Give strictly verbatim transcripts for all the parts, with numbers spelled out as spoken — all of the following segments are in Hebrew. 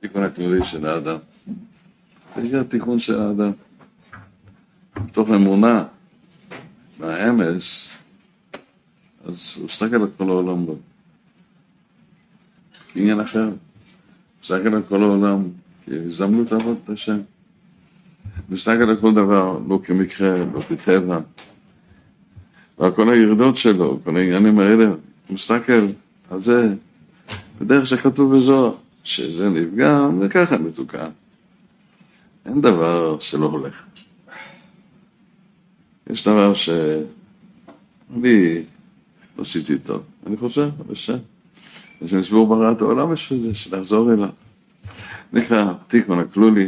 תיקון הכללי של האדם. זה התיקון של האדם. תוך אמונה, מהאמס, אז הוא מסתכל על כל העולם בו. כעניין אחר. הוא מסתכל על כל העולם, כהזדמנות לעבוד את השם. הוא מסתכל על כל דבר, לא כמקרה, לא כטבע. ועל כל הירדות שלו, כל העניינים האלה, הוא מסתכל על זה, בדרך שכתוב בזוהר, שזה נפגע, וככה מתוקן. אין דבר שלא הולך. יש דבר שאני לא עשיתי טוב. אני חושב, בשם. ושנסבור בראת העולם יש שזה, שנחזור אליו. נקרא, תיקון הכלולי,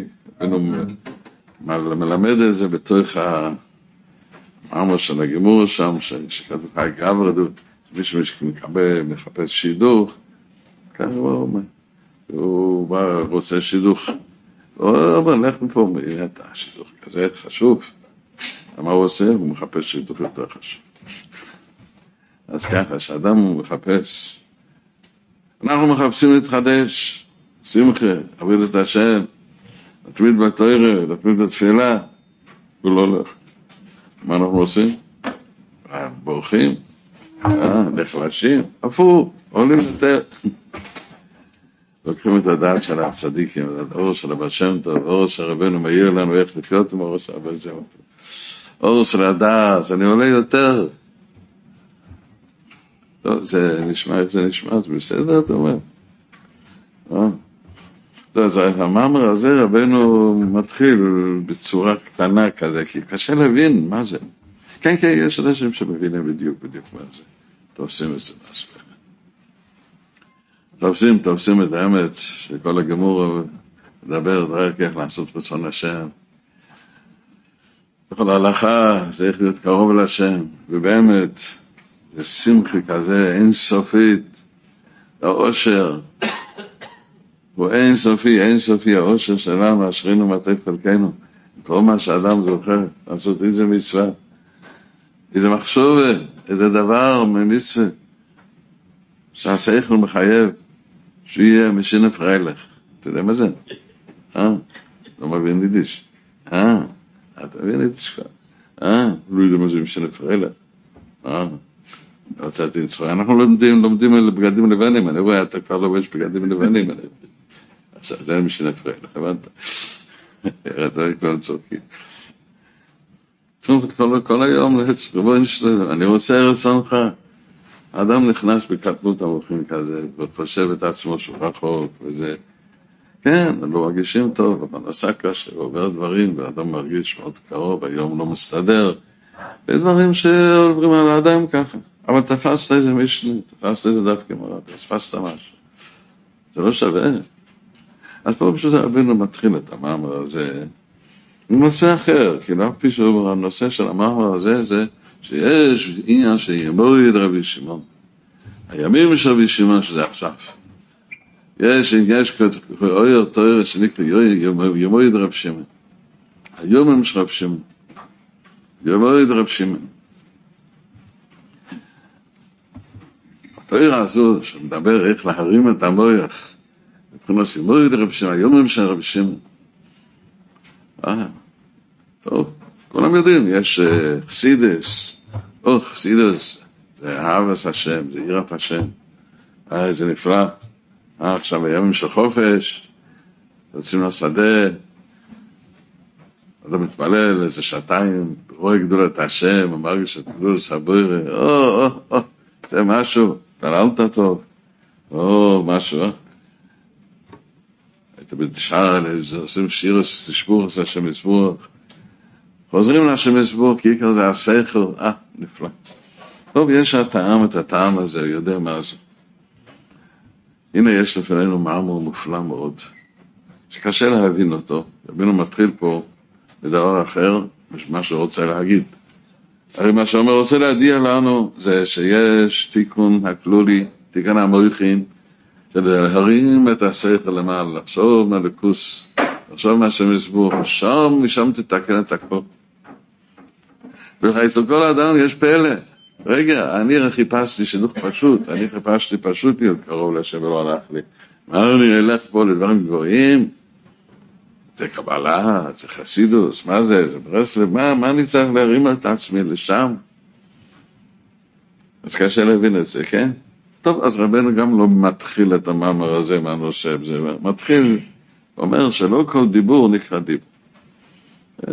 מלמד את זה בתוך המאמר של הגימור שם, שכתוב חי גברדו, מישהו מקבל, מחפש שידוך, ככה הוא אומר. הוא בא, רוצה שידוך. הוא אומר, לך מפה, אתה, שידוך כזה חשוב. מה הוא עושה? הוא מחפש שידוך יותר חשוב. אז ככה, שאדם הוא מחפש, אנחנו מחפשים להתחדש, שמחה, עבוד את השם, להתמיד בתורה, להתמיד בתפילה, הוא לא הולך. מה אנחנו עושים? בורחים, נחלשים, הפוך, עולים יותר. לוקחים את הדעת של הצדיקים, את האור של הבעל שם טוב, האור של רבנו מאיר לנו איך לחיות עם האור של הבעל שם טוב. אור של הדעת, אני עולה יותר. טוב, זה נשמע, איך זה נשמע, זה בסדר, אתה אומר. אה? טוב, אז המאמר הזה רבנו מתחיל בצורה קטנה כזה, כי קשה להבין מה זה. כן, כן, יש אנשים שמבינים בדיוק, בדיוק מה זה. תופסים את זה משהו. תופסים, תופסים את האמת, שכל הגמור מדבר, דרך איך לעשות רצון השם. בכל ההלכה צריך להיות קרוב להשם, ובאמת, זה שמחי כזה, אין סופית, האושר, הוא אין סופי, אין סופי, האושר שלנו, אשרינו מטף חלקנו, כל מה שאדם זוכר, לעשות איזה מצווה, איזה מחשובה, איזה דבר ממצווה, שהשכל מחייב, שיהיה משין פרילך, אתה יודע מה זה? אה? לא מבין יידיש. אה? אתה מבין יידיש כבר? אה? לא יודע מה זה משין פרילך. אה? רציתי לצחוק. אנחנו לומדים, לומדים על בגדים לבנים, אני רואה, אתה כבר לובש בגדים לבנים. עכשיו, זה משין פרילך, הבנת? אתה כבר צורקים. כל היום אני רוצה רצונך. האדם נכנס בקטנות המוחים כזה, וחושב את עצמו שהוא רחוק, וזה, כן, לא מרגישים טוב, אבל עשה קשה, ועובר דברים, והאדם מרגיש מאוד קרוב, היום לא מסתדר, ודברים שעוברים על האדם ככה. אבל תפסת איזה משנה, תפסת איזה דף גמרא, תפסת משהו. זה לא שווה. אז פה פשוט רבינו מתחיל את המאמר הזה, בנושא אחר, כי לא פי שאומר, הנושא של המאמר הזה זה, שיש עניין שימוריד רבי שמעון. הימים של רבי שמעון שזה עכשיו. יש, יש אויר תואר שנקרא ימוריד רבי שמעון. היומים של רבי שמעון. ימוריד רבי שמעון. התואר הזו שמדבר איך להרים את המוח. מבחינת ימוריד רבי שמעון. היומים של רבי שמעון. אה, טוב. כולם יודעים, יש חסידס, או חסידס, זה אהבת השם, זה יראת השם, אה, זה נפלא, אה, עכשיו הימים של חופש, יוצאים לשדה, אתה מתפלל איזה שעתיים, רואה גדולת השם, מרגיש את גדולת הבוירה, או, או, או, זה משהו, פללת טוב, או, משהו, אה, היית בתשעה, עושים שיר, תשבור, זה השם ישבור, חוזרים להשם יסבור, כי עיקר זה השכל, אה, נפלא. טוב, יש הטעם, את הטעם הזה, הוא יודע מה זה. הנה יש לפנינו מאמר מופלא מאוד, שקשה להבין אותו. רבינו מתחיל פה בדבר אחר, מה שהוא רוצה להגיד. הרי מה שאומר רוצה להדיע לנו, זה שיש תיקון הכלולי, תיקון המויכין, שזה להרים את השכל למעלה, לחשוב מלכוס, לחשוב מה שם יסבור, שם, משם תתקן את הכל. ואצל כל האדם יש פלא. רגע, אני חיפשתי שידוך פשוט, אני חיפשתי פשוט להיות קרוב לשם ולא הלך לי. מה אני אלך פה לדברים גבוהים? זה קבלה, זה חסידוס, מה זה? זה ברסלב, מה, מה אני צריך להרים את עצמי לשם? אז קשה להבין את זה, כן? טוב, אז רבנו גם לא מתחיל את המאמר הזה מהנושא, זה מתחיל, אומר שלא כל דיבור נקרא דיבור. כן?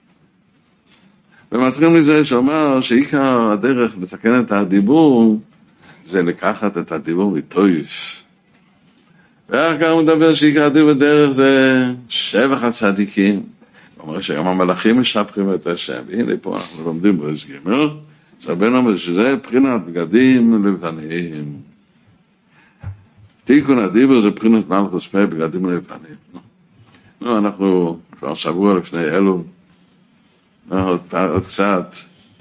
ומתחיל מזה שאומר שעיקר הדרך לתקן את הדיבור, זה לקחת את הדיבור מטויף. ואחר כך הוא מדבר שעיקר הדיבור בדרך זה שבח הצדיקים. הוא אומר שגם המלאכים משבחים את השם. והנה פה אנחנו לומדים בריש ג' שרבנו אומר שזה בחינת בגדים לבנים. תיקון הדיבור זה בחינת מלכוס פה בגדים לבנים. נו, אנחנו כבר שבוע לפני אלו, עוד, עוד קצת,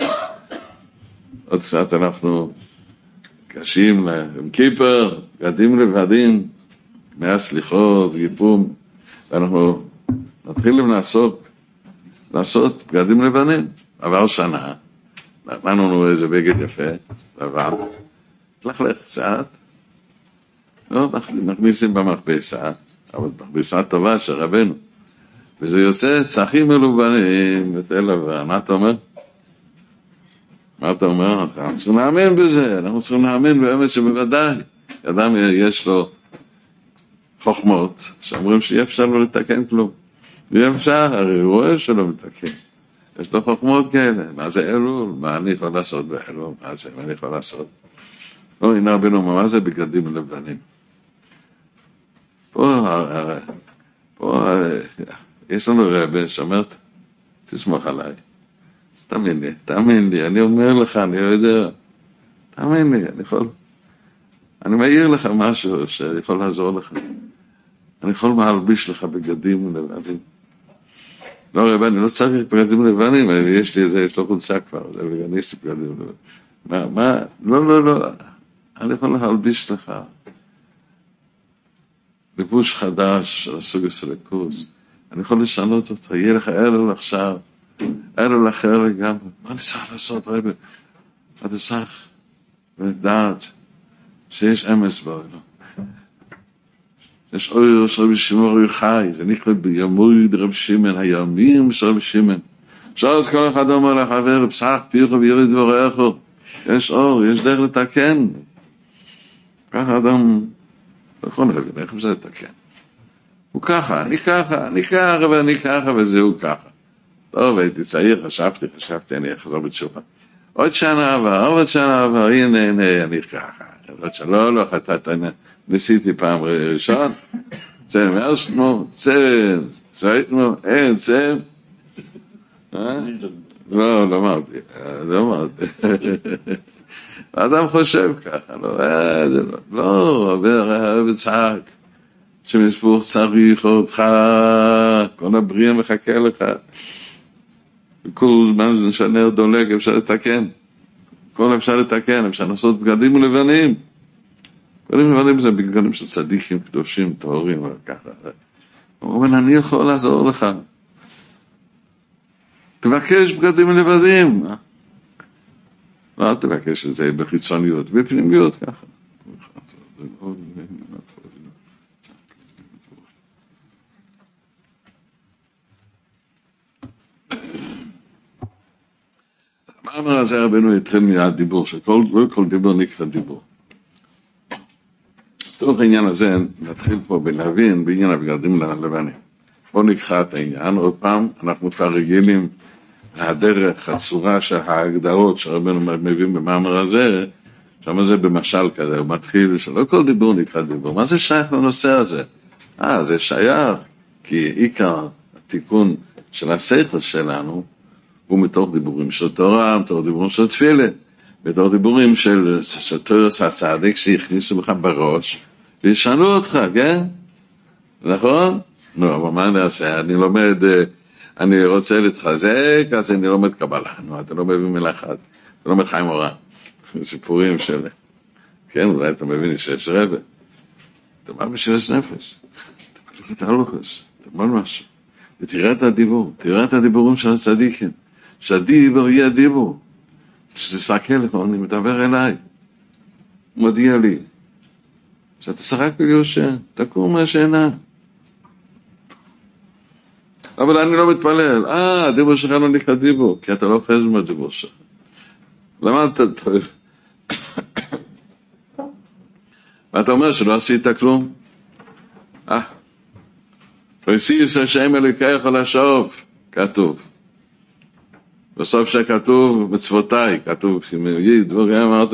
עוד קצת אנחנו קשים עם כיפר, בגדים לבנים, מאה סליחות, גיפום, ואנחנו מתחילים לעשות, לעשות בגדים לבנים. עבר שנה, נתנו לנו איזה בגד יפה, לבן, לכלך קצת, לא, נכניסים במכבסה, אבל מכבסה טובה של רבנו, וזה יוצא צחים מלובנים, בתל לבן. מה אתה אומר? מה אתה אומר? אנחנו צריכים להאמין בזה, אנחנו צריכים להאמין באמת שבוודאי, אדם יש לו חוכמות, שאומרים שאי אפשר לו לתקן כלום. ואי אפשר, הרי הוא רואה שלא מתקן. יש לו חוכמות כאלה. מה זה אלול? מה אני יכול לעשות באלול? מה זה? מה אני יכול לעשות? לא, הנה רבנו, מה זה בגדים לבנים? פה, פה, יש לנו רבי שאומרת, תסמוך עליי. תאמין לי, תאמין לי, אני אומר לך, אני יודע. תאמין לי, אני יכול, אני מעיר לך משהו שיכול לעזור לך. אני יכול להלביש לך בגדים לבנים. לא רבי, אני לא צריך בגדים לבנים, יש לי איזה, יש לו חולצה כבר, אני יש לי בגדים לבנים. מה, מה, לא, לא, לא, אני יכול להלביש לך לבוש חדש של הסוג הסלקוז. אני יכול לשנות אותו, יהיה לך אלול עכשיו, אלול אחר לגמרי. מה אני צריך לעשות, רבי? אתה צריך לדעת שיש אמס בו, לא? יש אויר של רבי שמעון אויר חי, זה נקרא בימוי רבי שמעון, הימים של רבי שמעון. שאז כל אחד אומר לחבר, פסח פיך וירד דבריך, יש אור, יש דרך לתקן. ככה אדם, לא יכול להבין, איך זה לתקן? הוא ככה, אני ככה, אני ככה ואני ככה וזהו ככה. טוב, הייתי צעיר, חשבתי, חשבתי, אני אחזור בתשובה. עוד שנה עבר, עוד שנה עבר, הנה, הנה, אני ככה. עוד שנה, לא, לא, חטאת, ניסיתי פעם ראשון, צא מארשנו, צא, צאיתנו, אין, צא. לא, לא אמרתי, לא אמרתי. האדם חושב ככה, לא, לא, הרב צעק, שמשפוך צריך אותך, כל הבריאה מחכה לך, כל זמן שנר דולג אפשר לתקן, כל אפשר לתקן, אפשר לעשות בגדים לבנים, בגדים לבנים זה בגדים של צדיקים, קדושים, טהורים, וככה. הוא אומר, אני יכול לעזור לך, תבקש בגדים לבנים, לא, אל תבקש את זה בחיצוניות, בפנימיות ככה. מה אמר הזה רבנו התחיל מהדיבור, שכל לא כל דיבור נקרא דיבור. תוך העניין הזה נתחיל פה בלהבין בעניין הבגדים לבנים. בואו נקרא את העניין, עוד פעם, אנחנו כבר רגילים הדרך, הצורה של ההגדרות שרבנו מביאים במאמר הזה, שם זה במשל כזה, הוא מתחיל שלא כל דיבור נקרא דיבור. מה זה שייך לנושא הזה? אה, זה שייך, כי עיקר התיקון של השכל שלנו, הוא מתוך דיבורים של תורה, מתוך דיבורים של תפילה, מתוך דיבורים של, של תורס הצדיק שהכניסו בך בראש, וישנו אותך, כן? נכון? נו, אבל מה אני אעשה? אני לומד, אני רוצה להתחזק, אז אני לומד קבלה. נו, אתה לא מבין מילה אחת. אתה לומד חיים אורן. סיפורים של, כן, אולי אתה מבין שיש רבא. אתה בא בשביל נפש. אתה מלך את הלוחס. אתה אומר משהו. ותראה את הדיבור. תראה את הדיבורים של הצדיקים. שהדיבור יהיה דיבור. שזה סקל לך, אני מדבר אליי. מודיע לי. שתשחק ביושע, תקום מהשינה. אבל אני לא מתפלל. אה, הדיבור שלך לא נקרא דיבור, כי אתה לא אוחז מהדיבור שלך. למה אתה טועה? ואתה אומר שלא עשית כלום? אה, ויסיס השם אלוקיך לשוב, כתוב. בסוף שכתוב מצוותיי, כתוב, שמביא דברי אמרת,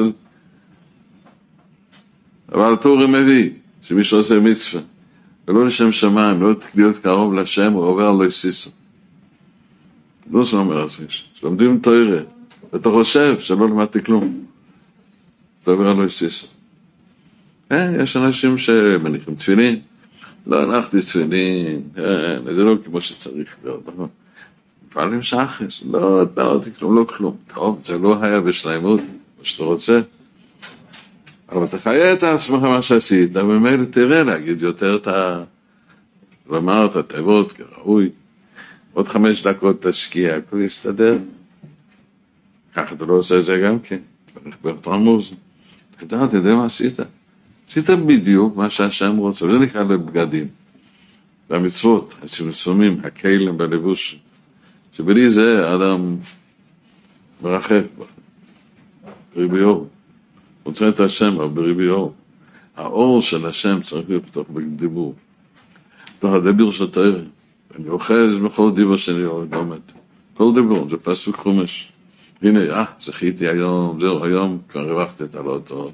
אבל טורי מביא, שמי שעושה מצווה, ולא לשם שמיים, לא להיות קרוב לשם, הוא עובר לא יסיסו. לא שאומר הסיס, שלומדים תורה, ואתה חושב שלא למדתי כלום, אתה עובר לא יסיסו. כן, יש אנשים שמניחים תפילין, לא הנחתי תפילין, כן, זה לא כמו שצריך להיות, נכון? פעלים שחס, לא, אתה לא תכלום, לא כלום. טוב, זה לא היה בשלמות, מה שאתה רוצה. אבל תחיה את עצמך מה שעשית, וממילא תראה להגיד יותר את ה... לומר את התיבות כראוי. עוד חמש דקות תשקיע, הכל יסתדר. ככה אתה לא עושה את זה גם כן. ברטרמוז. אתה יודע, אתה יודע מה עשית? עשית בדיוק מה שהשם רוצה, וזה נקרא לבגדים. והמצוות, הצמצומים, הכלים בלבוש. שבלי זה אדם מרחק בריבי אור. רוצה את השם, אבל בריבי אור. האור של השם צריך להיות בתוך בדיבור. בתוך הדבר של תאיר. אני אוחז בכל דיבור שאני עומד. כל דיבור, זה פסוק חומש. הנה, אה, זכיתי היום, זהו, היום כבר הרווחתי את הלוטו.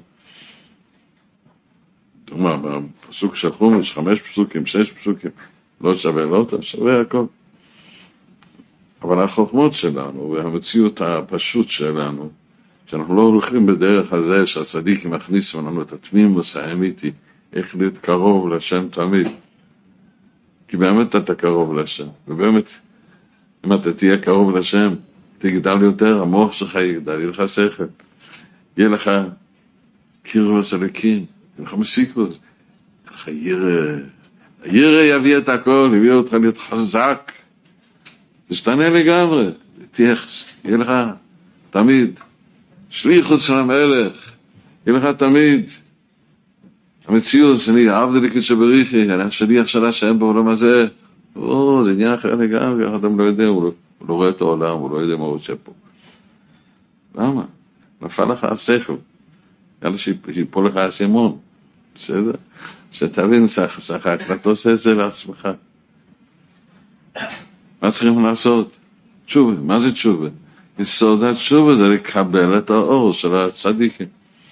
דוגמה, בפסוק של חומש, חמש פסוקים, שש פסוקים, לא שווה לוטו, שווה הכל. אבל החוכמות שלנו והמציאות הפשוט שלנו, שאנחנו לא הולכים בדרך הזה שהצדיק מכניס לנו את התמימוס האמיתי, איך להיות קרוב לשם תמיד. כי באמת אתה קרוב לשם, ובאמת, אם אתה תהיה קרוב לשם, תגדל יותר, המוח שלך יגדל, יהיה לך שכל, יהיה לך קירוס אלוקים, יהיה לך מסיקוס, יהיה לך ירא, הירא יביא את הכל, יביא אותך להיות חזק, תשתנה לגמרי, תייחס, יהיה לך תמיד שליחות של המלך, יהיה לך תמיד המציאות שאני עבד לי כשבריחי, אני השליח של השם בעולם הזה, או, זה עניין אחר לגמרי, אך אדם לא יודע, הוא לא, הוא לא רואה את העולם, הוא לא יודע מה הוא עושה פה. למה? נפל לך השכל, יאללה שיפול לך הסימון, בסדר? שתבין, שחק, אתה עושה את זה לעצמך. מה צריכים לעשות? תשובה, מה זה תשובה? יסוד התשובה זה לקבל את האור של הצדיקים.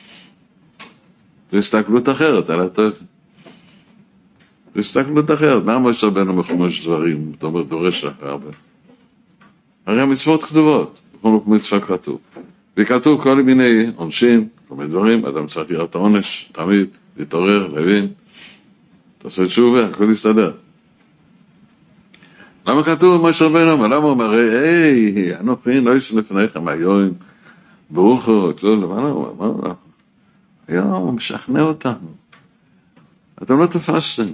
זה הסתכלות אחרת על התוכן. זה הסתכלות אחרת. למה יש רבנו מחומש דברים? אתה אומר, דורש לך הרבה. הרי המצוות כתובות. בכל מצווה כתוב. וכתוב כל מיני עונשים, כל מיני דברים. אדם צריך לראות את העונש, תמיד, להתעורר, להבין. תעשה תשובה, הכל יסתדר. למה כתוב מה שרבנו? למה הוא אומר, היי, אנוכי, לא יש לפניכם היום, ברוך הוא, לא, למה לא, מה לא? היום הוא משכנע אותנו. אתם לא תפסתם.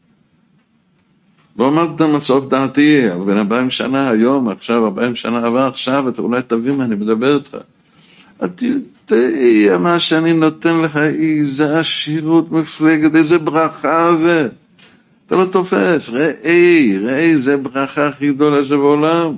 לא עמדתם מצוף דעתי, אבל בין ארבעים שנה היום, עכשיו, ארבעים שנה עבר עכשיו, אתה אולי תבין מה אני מדבר איתך. אתה יודע מה שאני נותן לך, איזה עשירות מפלגת, איזה ברכה זה. אתה לא תופס, ראי, ראי, זה ברכה הכי גדולה שבעולם.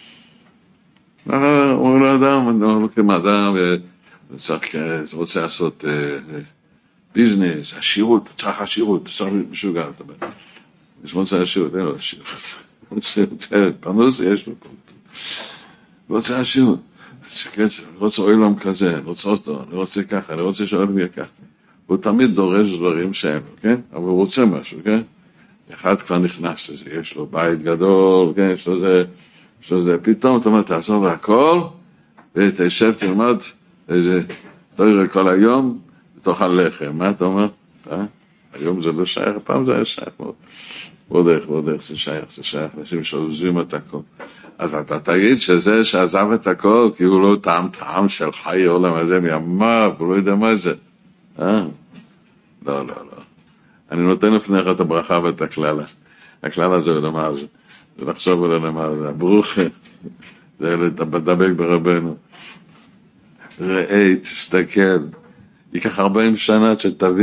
אומר לאדם, אני אומר לו כמאדם, רוצה לעשות ביזנס, עשירות, צריך עשירות, צריך משוגע, אתה אומר. יש רוצה עשירות, אין לו עשירות. רוצה פרנוס, יש לו פה. רוצה עשירות. אני רוצה אוילום כזה, אני רוצה אותו, אני רוצה ככה, אני רוצה שאוהב יהיה ככה. הוא תמיד דורש דברים שאין לו, כן? אבל הוא רוצה משהו, כן? אחד כבר נכנס לזה, יש לו בית גדול, כן? יש לו זה, יש לו זה. פתאום אתה אומר, תעזוב הכל, ותשב, תלמד איזה תורה כל היום, ותאכל לחם. מה אתה אומר? אה? היום זה לא שייך, פעם זה היה שייך מאוד. ועוד איך, ועוד איך זה שייך, זה שייך, אנשים שעוזבים את הכל. אז אתה תגיד שזה שעזב את הכל, כי הוא לא טעם טעם של חיי עולם הזה מימיו, הוא לא יודע מה זה. אה? לא, לא, לא. אני נותן לפניך את הברכה ואת הכלל. הכלל הזה הוא למה זה. זה לחשוב על למה זה. ברוך, זה לדבק ברבנו. ראה, תסתכל. ייקח ארבעים שנה שתבין.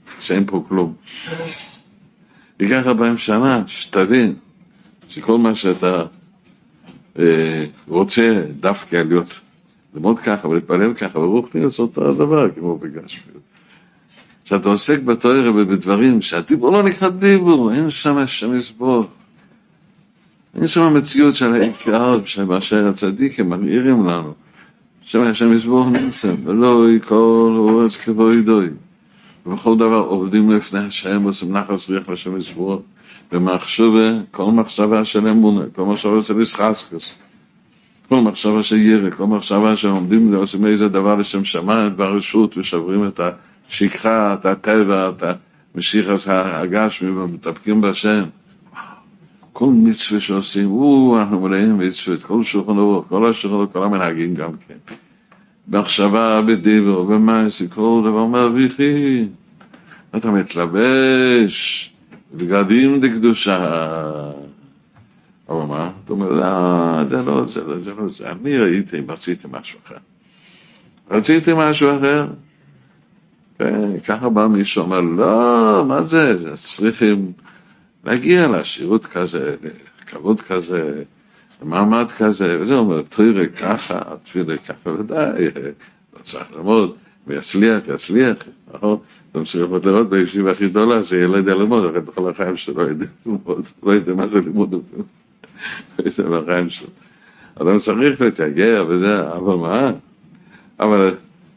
שאין פה כלום. ייקח ארבעים שנה, שתבין, שכל מה שאתה אה, רוצה דווקא להיות, ללמוד ככה ולהתפלל ככה, ורוח נהיה אותו הדבר, כמו בגשמיות. שאתה עוסק בתורה ובדברים, שהדיבור לא נקרא דיבור, אין שם השם יסבור. אין שם המציאות של העיקר, שבאשר הצדיקים מראים לנו, שם השם יסבור נמצא, ולא כל אורץ כבוידוי. ובכל דבר עובדים לפני השם, ועושים נחס ריח לשם יסבור, ומחשבה, כל מחשבה של אמונה, כל מחשבה של ישחסקוס, כל מחשבה של ירק, כל מחשבה שעומדים ועושים איזה דבר לשם שמיים, ברשות, ושברים את השכחה, את הטבע, את המשיך הגשמי, ומטפקים בהשם. כל מצווה שעושים, וואו, אנחנו מלאים מצוות, כל שולחן ארוך, כל השולחן, כל המנהגים גם כן. במחשבה, בדיבור, במעשה, כל דבר מרוויחי. אתה מתלבש, בגדים דקדושה. אבל מה? אתה אומר, לא, זה לא, זה לא, זה לא, זה. אני ראיתי, רציתי משהו אחר. רציתי משהו אחר. ככה בא מישהו, אומר, לא, מה זה? זה צריכים להגיע לשירות כזה, כבוד כזה, מעמד כזה, וזה אומר, תראה ככה, תפילה ככה, ודאי, לא צריך ללמוד, ויצליח, יצליח, נכון? אתה צריך לראות בישיבה הכי גדולה, שילד יודע ללמוד, אחרי תוכל לחיים שלו, לא יודע ללמוד, לא יודע מה זה לימוד, לא יודע בחיים שלו. אדם צריך להתייגע וזה, אבל מה? אבל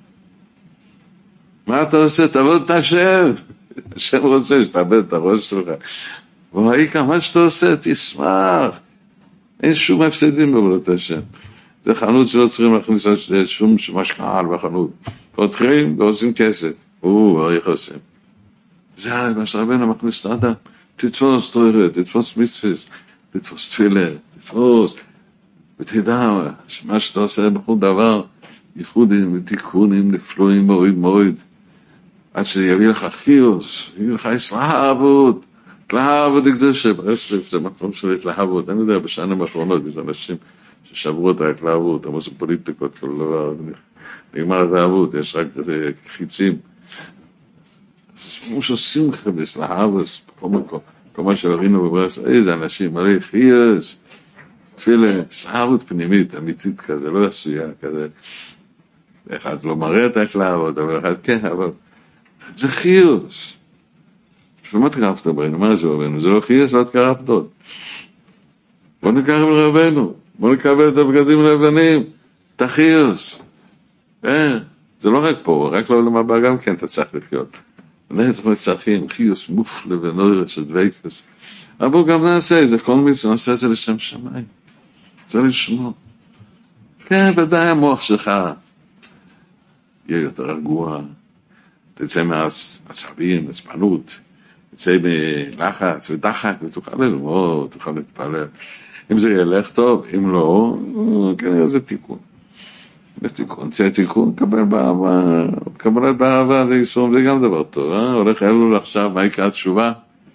מה אתה עושה? תעבוד את השם. השם רוצה שתעבד את הראש שלך. וראי כמה שאתה עושה, תשמח. אין שום הפסדים בעבודת השם. זה חנות שלא צריכים להכניס שום משקל בחנות. פותחים ועושים כסף. או, איך עושים? זה מה שרבנו מכניס את האדם. תתפוס תורה, תתפוס מצווה, תתפוס תפילה, תתפוס. ותדע שמה שאתה עושה בכל דבר, ייחודים ותיקונים נפלאים מאוד מאוד. עד שיביא לך חיוס, יביא לך התלהבות, התלהבות הקדושה, ברסלב זה מקום של התלהבות, אני יודע, בשנים האחרונות יש אנשים ששברו את ההתלהבות, הם עושים פוליטיקות, כל דבר, נגמר התלהבות, יש רק חיצים. אז זה כמו שעושים לכם, יש להבות, כל מקום, כל מה שראינו בברסלב, איזה אנשים, מלא חיוס, תפילה, התלהבות פנימית, אמיתית כזה, לא עשויה כזה, אחד לא מראה את ההתלהבות, אבל אחד כן, אבל זה חיוס. שמה תקרבת בנו? מה זה רבנו? זה לא חיוס, לא תקרבת עוד. בוא נקרב לרבנו, בוא נקבל את הבגדים לבנים, את החיוס. אה, זה לא רק פה, רק לא למבא גם כן אתה צריך לחיות. אני צריך לצרכים, חיוס מופלא ונוירה של דוויקוס. אבל בוא גם נעשה, זה כל מיצו, נעשה את זה לשם שמיים. זה לשמוע. כן, ודאי המוח שלך יהיה יותר רגוע, תצא מעצבים, מעצבנות, תצא מלחץ ודחק, ותוכל ללמוד, תוכל להתפלל. אם זה ילך טוב, אם לא, כנראה זה תיקון. זה תיקון, זה תיקון, קבל באהבה, קבלת באהבה, זה יישום, זה גם דבר טוב, אה? הולך אלול עכשיו, מה יקרא תשובה?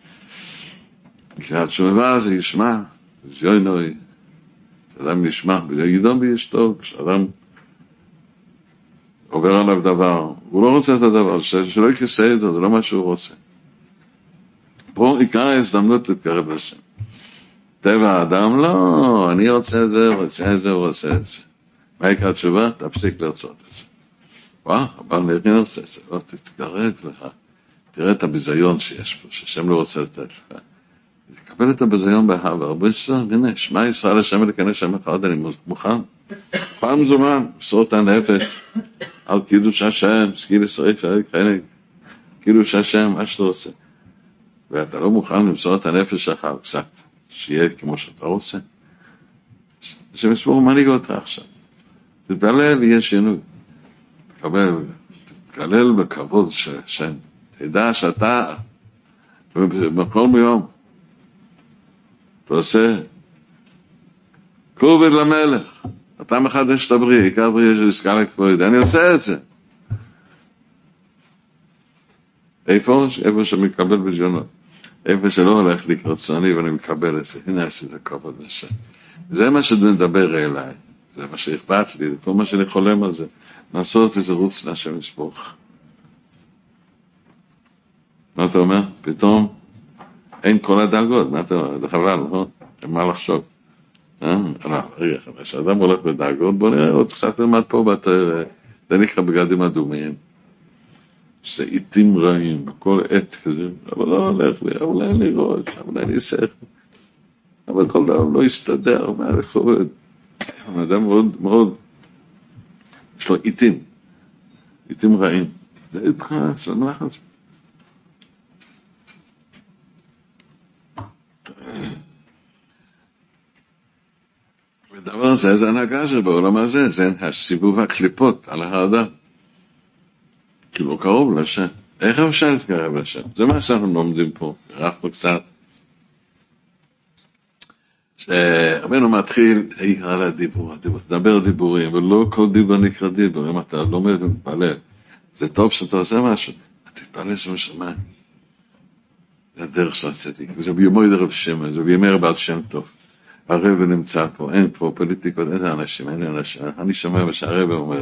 יקרא תשובה, זה ישמע, זה יוינוי, שאדם נשמע, וידום ביש טוב, כשאדם עובר עליו דבר, הוא לא רוצה את הדבר, שלא יכסה את זה, זה לא מה שהוא רוצה. פה עיקר ההזדמנות להתקרב לשם. טבע האדם, לא, אני רוצה את זה, רוצה את זה, רוצה את זה. מה יקרה תשובה? תפסיק לרצות את זה. וואו, אבל נראה עושה את זה, לא תתקרב לך. תראה את הביזיון שיש פה, שהשם לא רוצה לתת לך. תקבל את הביזיון באהבה, הרבה שזון, הנה, שמע ישראל השם ולכנס שם אחד, אני מוכן. פעם זומן, בשורות הנפש, על קידוש השם, סגיל ישראל, חלק, קידוש השם, מה שאתה רוצה. ואתה לא מוכן למסור את הנפש שלך, קצת, שיהיה כמו שאתה רוצה. שמסבור מנהיג אותך עכשיו. תתפלל, יהיה שינוי. תקבל, תקלל בכבוד של השם. תדע שאתה, בכל יום, אתה עושה כובד למלך. אתה מחדש את הבריא, עיקר בריא של עסקה לכבוד. אני עושה את זה. איפה? איפה שמקבל בזיונות. איפה שלא הולך לי כרצוני ואני מקבל את זה. הנה עשית הכבוד לשם. זה מה שמדבר אליי. זה מה שאכפת לי. זה כל מה שאני חולם על זה. לעשות איזה רוץ להשם ישבוך. מה אתה אומר? פתאום אין כל הדאגות, מה אתה אומר? זה חבל, נכון? מה לחשוב? אה? רגע, כשאדם הולך בדאגות, בוא נראה עוד קצת למד פה בתואר, זה נקרא בגדים אדומים, שזה עיתים רעים, כל עת כזה, אבל לא הולך לי, אבל אין לי ראש, אבל אין לי שכל, אבל כל דבר לא יסתדר, מה לחובד? האדם מאוד מאוד, יש לו עיתים, עיתים רעים, זה איתך, שמח על זה. ודבר הזה, זה הנהגה שבעולם הזה, זה הסיבוב הקליפות על האדם. כי לא קרוב לשם. איך אפשר להתקרב לשם? זה מה שאנחנו לומדים פה, רחנו קצת. שרבנו מתחיל, העיקר לדיבור, הדיבור, תדבר דיבורים, ולא כל דיבור נקרא דיבור, אם אתה לומד ומתפלל. זה טוב שאתה עושה משהו, תתפלל שם שמיים. זה הדרך של הצדיק, וזה בימוי דרב שם, זה בימי רב בעל שם טוב. הרב נמצא פה, אין פה פוליטיקות, אין אנשים, אין אנשים. אני שומע מה שהרב אומר.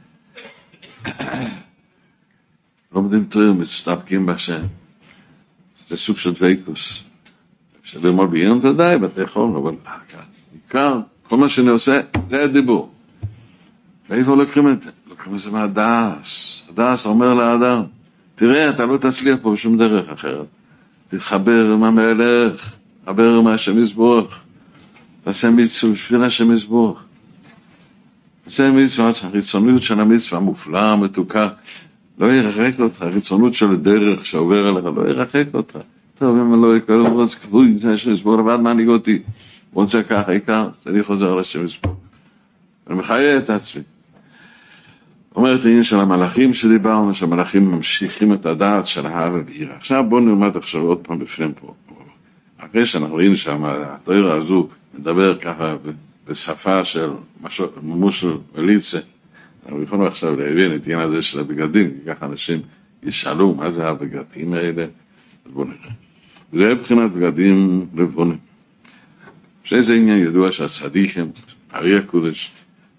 לומדים תורה, מסתפקים בשם. זה סוג של דבקות. אפשר ללמוד בעיון ודאי, בתי חול, אבל בעיקר, כל מה שאני עושה, זה הדיבור. ואיפה לוקחים את זה? לוקחים את זה מהדעס. הדעס אומר לאדם, תראה, אתה לא תצליח פה בשום דרך אחרת. תתחבר עם המלך, תתחבר עם השם יזבורך. תעשה מצווה בשביל השם יזבורך. תעשה מצווה, החיצוניות של המצווה מופלאה, המתוקה, לא ירחק אותך, החיצונות של הדרך שעובר עליך, לא ירחק אותך. טוב, אם לא יקבל, הוא רוצה כבוי, השם יזבורך, לבד מנהיג אותי. הוא רוצה ככה, העיקר, אני חוזר לשם יזבורך. אני מחיה את עצמי. אומרת העניין של המלאכים שדיברנו, שהמלאכים ממשיכים את הדעת של האהבה והיראה. עכשיו בואו נלמד עכשיו עוד פעם בפנים פה. אחרי שאנחנו ראינו שהתורה הזו מדבר ככה בשפה של ממוש וליצה, אנחנו יכולים עכשיו להבין את העניין הזה של הבגדים, כי ככה אנשים ישאלו מה זה הבגדים האלה, אז בואו נראה. זה מבחינת בגדים לבונים. שזה עניין ידוע שהצדיקים, ארי הקודש,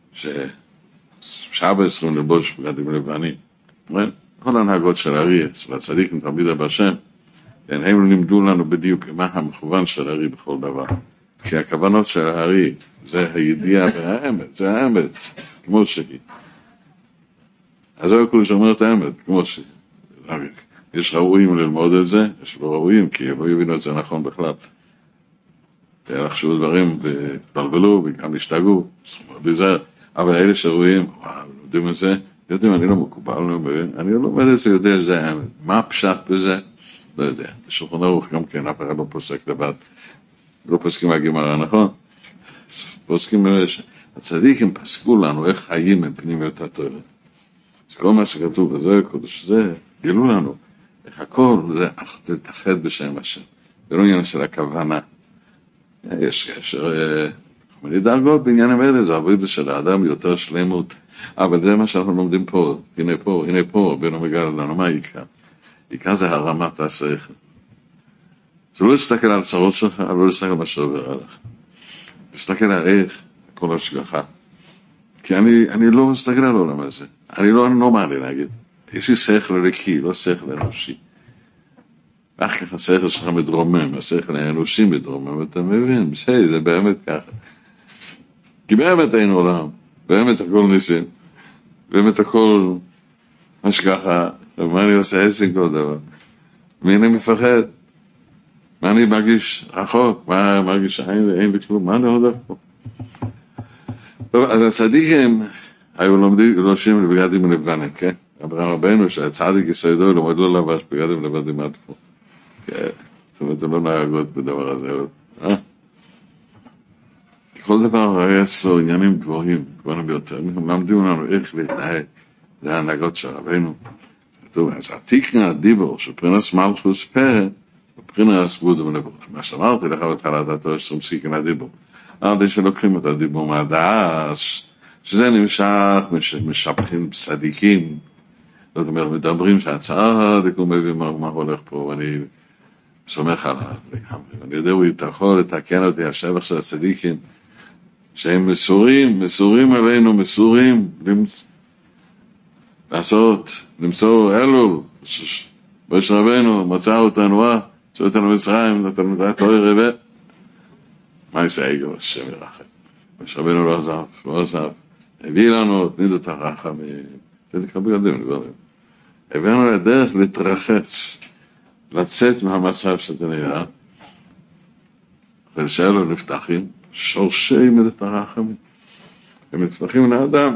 ששבע עשרים לבוש בגדים לבנים, כל ההנהגות של ארי, והצדיקים תמיד בשם, הם לימדו לנו בדיוק מה המכוון של הארי בכל דבר. כי הכוונות של הארי זה הידיעה והאמת, זה האמת, כמו שהיא. אז זה הכול שאומר את האמת, כמו שהיא. יש ראויים ללמוד את זה, יש לא ראויים, כי הם לא יבינו את זה נכון בכלל. לחשבו דברים והתבלבלו וגם השתגעו, אבל אלה שראויים, יודעים את זה, יודעים, אני לא מקובל, אני לא לומד את זה, יודע שזה האמת. מה הפשט בזה? לא יודע. בשולחן ערוך גם כן, אף אחד לא פוסק לבד. לא פוסקים מהגמרא, נכון? פוסקים, הצדיקים פסקו לנו איך חיים עם פנימיות התורה. כל מה שכתוב בזה הקודש, זה גילו לנו איך הכל זה להתאחד בשם השם. זה לא עניין של הכוונה. יש קשר, מיני דרגות בעניין המדע, זה עבודה של האדם יותר שלמות. אבל זה מה שאנחנו לומדים פה, הנה פה, הנה פה, רבנו מגלה לנו, מה העיקר? עיקר זה הרמת השכל. זה לא להסתכל על הצרות שלך, אבל לא להסתכל על מה שעובר עליך. להסתכל על איך, כל השגחה. כי אני, אני לא מסתכל על העולם הזה. אני לא נורמלי להגיד. יש לי שכל לקי, לא שכל אנושי. אך כך השכל שלך מדרומם, השכל האנושי מדרומם, ואתה מבין, בסדר, זה באמת ככה. כי באמת אין עולם, באמת הכל ניסים, באמת הכל השגחה, מה אני עושה עסק כל דבר? מי אני מפחד? מה אני מרגיש רחוק? מה מרגיש אין, אין לי כלום? מה אני הולך פה? טוב, אז הצדיקים היו לומדים, לובשים לבגדים לבנים, כן? אברהם רבנו שהצדיק יסיידו לומד לא לבש בגדים לבנים עד פה. כן, זאת אומרת, לא נהגות בדבר הזה. אה? כל דבר יש לו עניינים גבוהים, גבוהים ביותר. למדים לנו איך להתנהג. זה ההנהגות של רבנו. טוב, אז התיקנה הדיבור של פרינס מלכוס פרא, פרינס בודה ונבור. מה שאמרתי לך בתחילת התורה עשרים סיכן הדיבור. אמרתי שלוקחים את הדיבור מהדעס, שזה נמשך, משפחים צדיקים. זאת אומרת, מדברים שהצדיק הוא מביא מה הולך פה, ואני סומך עליו. אני יודע, הוא יתיכול לתקן אותי השבח של הצדיקים, שהם מסורים, מסורים עלינו, מסורים, לעשות, למצוא אלול, משה רבנו מצא אותנו, אה, צא אותנו מצרים, לתלמידי תורה רבה. מה יעשה העגל, השם ירחם. משה רבנו לא עזב, לא עזב. הביא לנו את נידות הרחמים. זה נקרא בגדים, דברים. הביא לנו לדרך להתרחץ, לצאת מהמצב שאתה נראה, ולשאלו נפתחים, שורשי נידות הרחמים. הם נפתחים לאדם.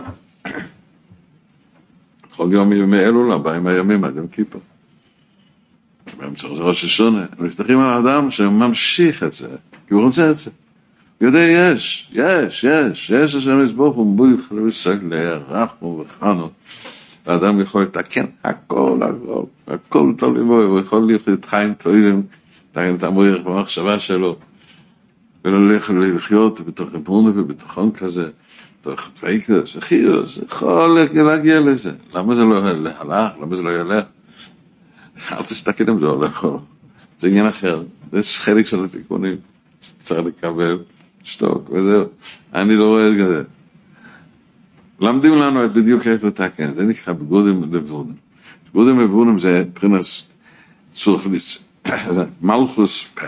כל יום ימי אלול, ארבעים הימים עד יום כיפור. באמצע ראש השונה, הם נפתחים על האדם שממשיך את זה, כי הוא רוצה את זה. הוא יודע, יש, יש, יש, יש השם יסבוך ומבויך לבסגלה, רחמו וחנו. האדם יכול לתקן הכל, הכל, הכל טוב לבוא, הוא יכול להיות חיים טובים, לתקן את המויך במחשבה שלו, ולא לחיות בתוך אמונה ובתוכון כזה, בתוך פריקוס, חיוס, יכול להגיע לזה. למה זה לא הלך? למה זה לא ילך? אל תסתכל אם זה הולך, זה עניין אחר, זה חלק של התיקונים, צריך לקבל, שתוק וזהו, אני לא רואה את זה. למדים לנו בדיוק איך לתקן, זה נקרא בגודים לבונים. בגודים לבונים זה פרינס צורחליץ, מלכוס פה.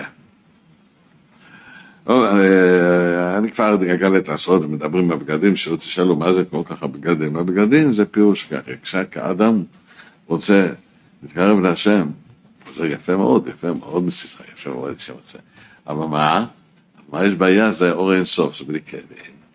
אני כבר גגל את הסוד, מדברים בבגדים, שרוצה שאלו מה זה כמו ככה בגדים. הבגדים זה פירוש ככה, כשאדם רוצה להתקרב להשם, זה יפה מאוד, יפה מאוד מסיסחה, יפה מאוד שרוצה. אבל מה? מה יש בעיה? זה אור אין סוף, זה בלי כאבים.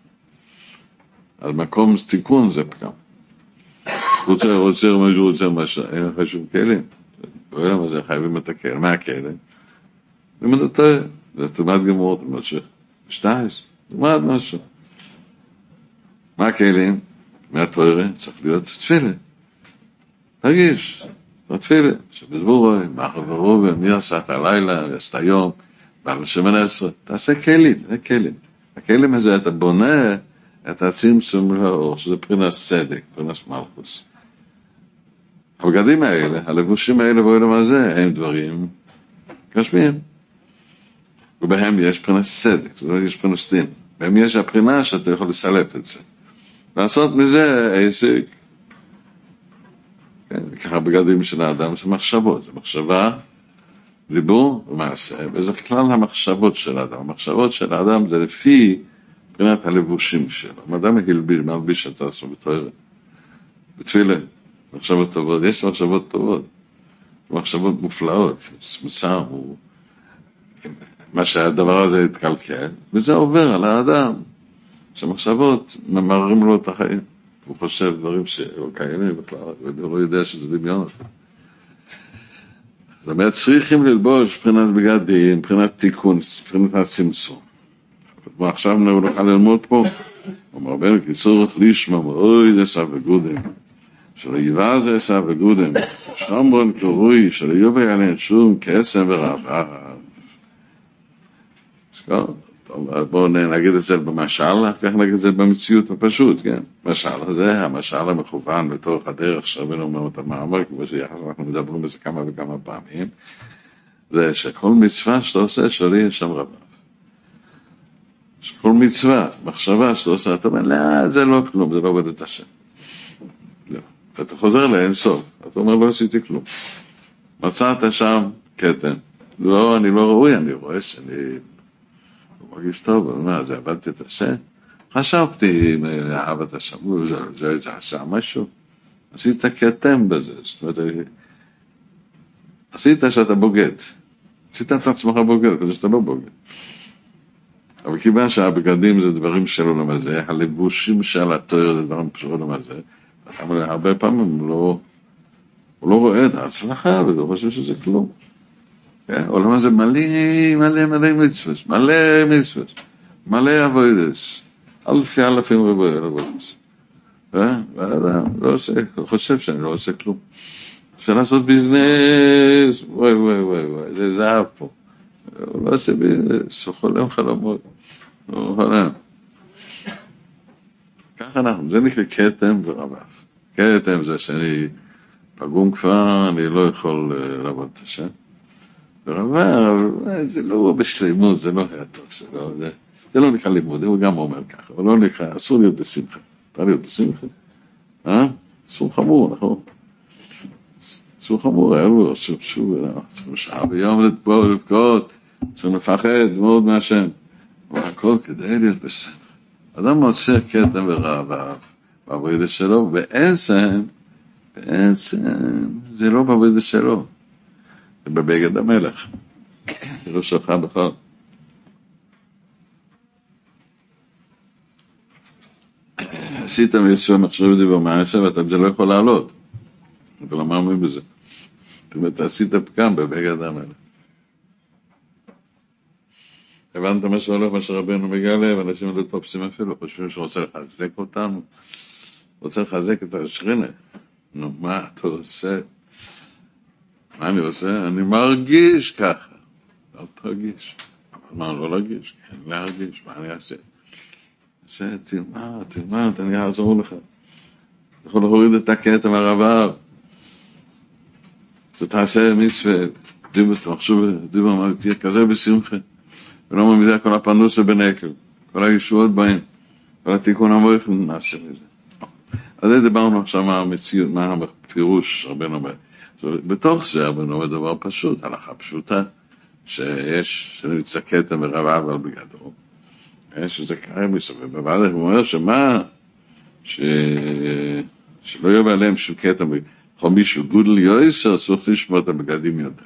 על מקום תיקון זה פגם. רוצה, רוצה, משהו, רוצה, משהו, אין לך שום כלים. בעולם הזה חייבים לתקן. מה הכלים? לימוד התורה, זה תלמד גמרות, משהו. שטייס, תלמד משהו. מה הכלים? מהתורה צריך להיות תפילה. תרגיש. תפילה, שבזבורוי, מחר ורובי, מי עשה את הלילה, עשת היום, בעל שמונה עשרה, תעשה כלים, זה כלים. הכלים הזה, אתה בונה את הצמצום לאור, שזה פרינס צדק, פרינס מלכוס. הבגדים האלה, הלבושים האלה בעולם הזה, הם דברים גשמיים. ובהם יש פרינס צדק, זאת אומרת, יש פרינס דין. בהם יש הפרינה שאתה יכול לסלף את זה. לעשות מזה עסק, כן, ככה בגדים של האדם, זה מחשבות, זה מחשבה, דיבור ומעשה, וזה כלל המחשבות של האדם. המחשבות של האדם זה לפי מבחינת הלבושים שלו. אם האדם הלביש, מלביש את עצמו בתורה, בתפילה, מחשבות טובות, יש מחשבות טובות, מחשבות מופלאות, מוצר, הוא, מה שהדבר הזה התקלקל, וזה עובר על האדם, שמחשבות ממררים לו את החיים. הוא חושב דברים שלא קיימים בכלל, והוא לא יודע שזה דמיון. זאת אומרת, צריכים ללבוש מבחינת בגדים, מבחינת תיקון, מבחינת הצמצום. ועכשיו נוכל ללמוד פה, אומר בן קיצור לישמע, אוי זה סב וגודם, שלא יבא זה סב וגודם, שומרון קרוי, שלא יובי עליהם שום קסם ורעב. בואו נגיד את זה במשל, כך נגיד את זה במציאות הפשוט, כן? משל הזה, המשל המכוון בתוך הדרך שרבנו אומר את המאמר, כמו שאנחנו מדברים בזה כמה וכמה פעמים, זה שכל מצווה שאתה עושה, שלי יש שם רבב. שכל מצווה, מחשבה שאתה עושה, אתה אומר, לא, זה לא כלום, זה לא עובד את השם. לא. אתה חוזר לאין סוף, אתה אומר, לא עשיתי כלום. מצאת שם קטן. לא, אני לא ראוי, אני רואה שאני מרגיש טוב, אבל מה, זה עבדתי את השם? חשבתי אם אהבת השם, זה, זה, זה עשה משהו. עשית קטן בזה, זאת אומרת, עשית שאתה בוגד. עשית את עצמך בוגד, כדי שאתה לא בוגד. אבל כיוון שהבגדים זה דברים של עולם הזה, הלבושים של התואר זה דברים של עולם הזה, הרבה פעמים הוא לא, הוא לא רואה את ההצלחה, ולא חושב שזה כלום. עולם הזה מלא, מלא, מלא מצווס, מלא מצווס, מלא אבוידס, אלפי אלפים רבוי אבוידס. ואדם לא עושה, חושב שאני לא עושה כלום. אפשר לעשות ביזנס, וואי וואי וואי וואי, זה זהב פה. הוא לא עושה ביזנס, הוא חולם חלומות, הוא חולם. ככה אנחנו, זה נקרא קטם ורבב. קטם זה שאני פגום כבר, אני לא יכול לעבוד את השם. ורבב, זה לא בשלימות, זה לא היה טוב, זה לא, זה, זה לא נקרא לימוד, הוא גם אומר ככה, הוא לא נקרא, אסור להיות בשמחה. אתה להיות בשמחה? אה? אסור חמור, נכון? סור חמור, אלו, שוב, שוב, צריכים שעה ביום לתפור, לבכות, צריכים לפחד מאוד מהשם. והכל כדי להיות בסדר. אדם מוצא כתם ורעב בעבודה שלו, בעצם, בעצם, זה לא בעבודה שלו. זה בבגד המלך. זה לא שלך בכלל. עשית מצווה מחשב דיבור מעשר, ואתה זה לא יכול לעלות. אתה לא מאמין בזה. זאת אומרת, עשית פגם בבגד המלך. הבנת מה שהולך, מה שרבנו מגלה, ואנשים לא תופסים אפילו, חושבים שרוצה לחזק אותנו, רוצה לחזק את השכינה. נו, מה אתה עושה? מה אני עושה? אני מרגיש ככה. לא תרגיש. אבל מה, לא להרגיש? כן, להרגיש. מה אני אעשה? עושה, תלמד, תלמד, אני אעזור לך. יכול להוריד את הקטע מהרבב. שתעשה מצווה, דיבר, תחשוב, דיבר, מה, תהיה כזה בשמחה. ולא ממידה כל הפנוס בנקל, כל הישועות בהם, כל התיקון המויך נעשה מזה. אז זה דיברנו עכשיו מה המציאות, מה הפירוש רבנו אומר. בתוך זה רבנו אומר דבר פשוט, הלכה פשוטה, שיש, שנמצא כתם ורבב על בגדו, שזה קרה מסביב, ובעד הוא אומר שמה, ש... שלא יהיה עליהם שום כתם, כל מישהו גודל יויסר, צריך לשמור את הבגדים יותר.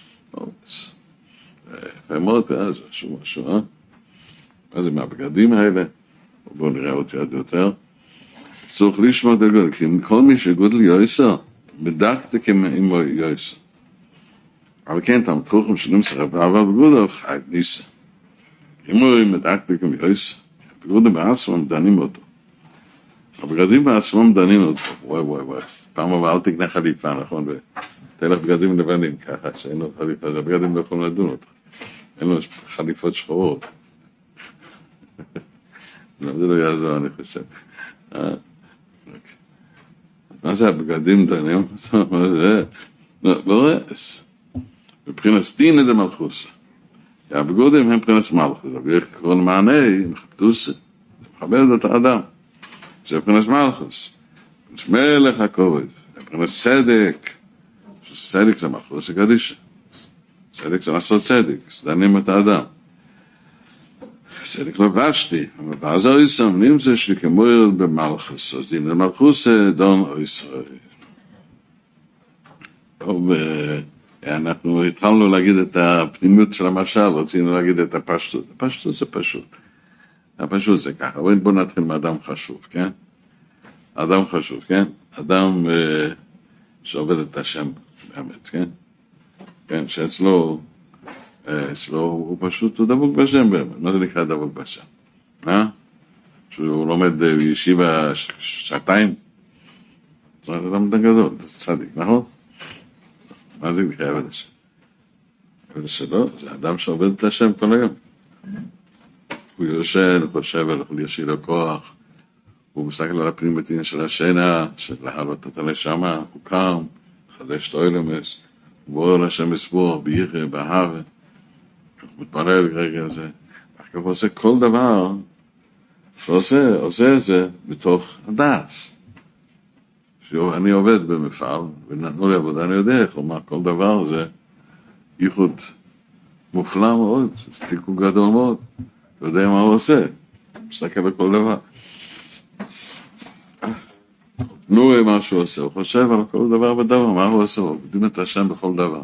ומאוד אז משהו משהו, אה? מה זה מהבגדים האלה? בואו נראה אותי עד יותר. צריך לשמור את הגודל, כי כל מי שגודל יויסר, מדקת עם יויסר. אבל כן, אתם תוכלם שנמצא רבב בגודל, חי ניסה. אם הוא מדקת עם יויסר, בגודל בעצמם דנים אותו. הבגדים בעצמם דנים אותו. וואי וואי וואי. פעם הבאה אל תקנה חליפה, נכון? ותלך בגדים לבנים ככה, שאין לו חליפה, אז הבגדים לא יכולים לדון אותך. אין לו חליפות שחורות. זה לא יעזור, אני חושב. מה זה הבגדים דנים? מה זה? לא רס. מבחינת דין את המלכוס. הבגודים הם מבחינת מלכוס. אבל יש כל מענה, מחפדוס, מכבד את האדם. זה מבחינת מלכוס. יש מלך הכובד. מבחינת צדק. צדק זה מלכוס, זה קדישה. צדק זה לעשות צדק, זה דנים את האדם. צדק לא ושתי, ואז האיסם נמצא שכמויר במלכוס, אז דין למלכוס דון או ישראל. טוב, אנחנו התחלנו להגיד את הפנימיות של המשל, רצינו להגיד את הפשטות. הפשטות זה פשוט. הפשוט זה ככה, בואו נתחיל מאדם חשוב, כן? אדם חשוב, כן? אדם שעובד את השם באמת, כן? כן, שאצלו, אצלו הוא פשוט דבוק בשם באמת. מה זה נקרא דבוק בשם? אה? שהוא לומד בישיבה שעתיים? זה אדם גדול, זה צדיק, נכון? מה זה נקרא עבד השם? עבד השם לא, זה אדם שעובד את השם כל היום. הוא יושן, הוא חושב על ישי לו כוח, הוא מסתכל על הפנימתים של השינה, של להעלות את הנשמה, הוא קם, חדש את האילומס, הוא בורא לשם מסבור, בירה, בהווה, הוא מתפלל ברגע הזה. הוא עושה כל דבר, הוא עושה, עושה את זה בתוך הדעת. שאני עובד במפעל, ונתנו לי עבודה, אני יודע איך לומר, כל דבר זה ייחוד מופלא מאוד, זה תיקון גדול מאוד. הוא יודע מה הוא עושה, מסתכל בכל דבר. נו, מה שהוא עושה, הוא חושב על כל דבר ודבר, מה הוא עושה, הוא יודעים את השם בכל דבר.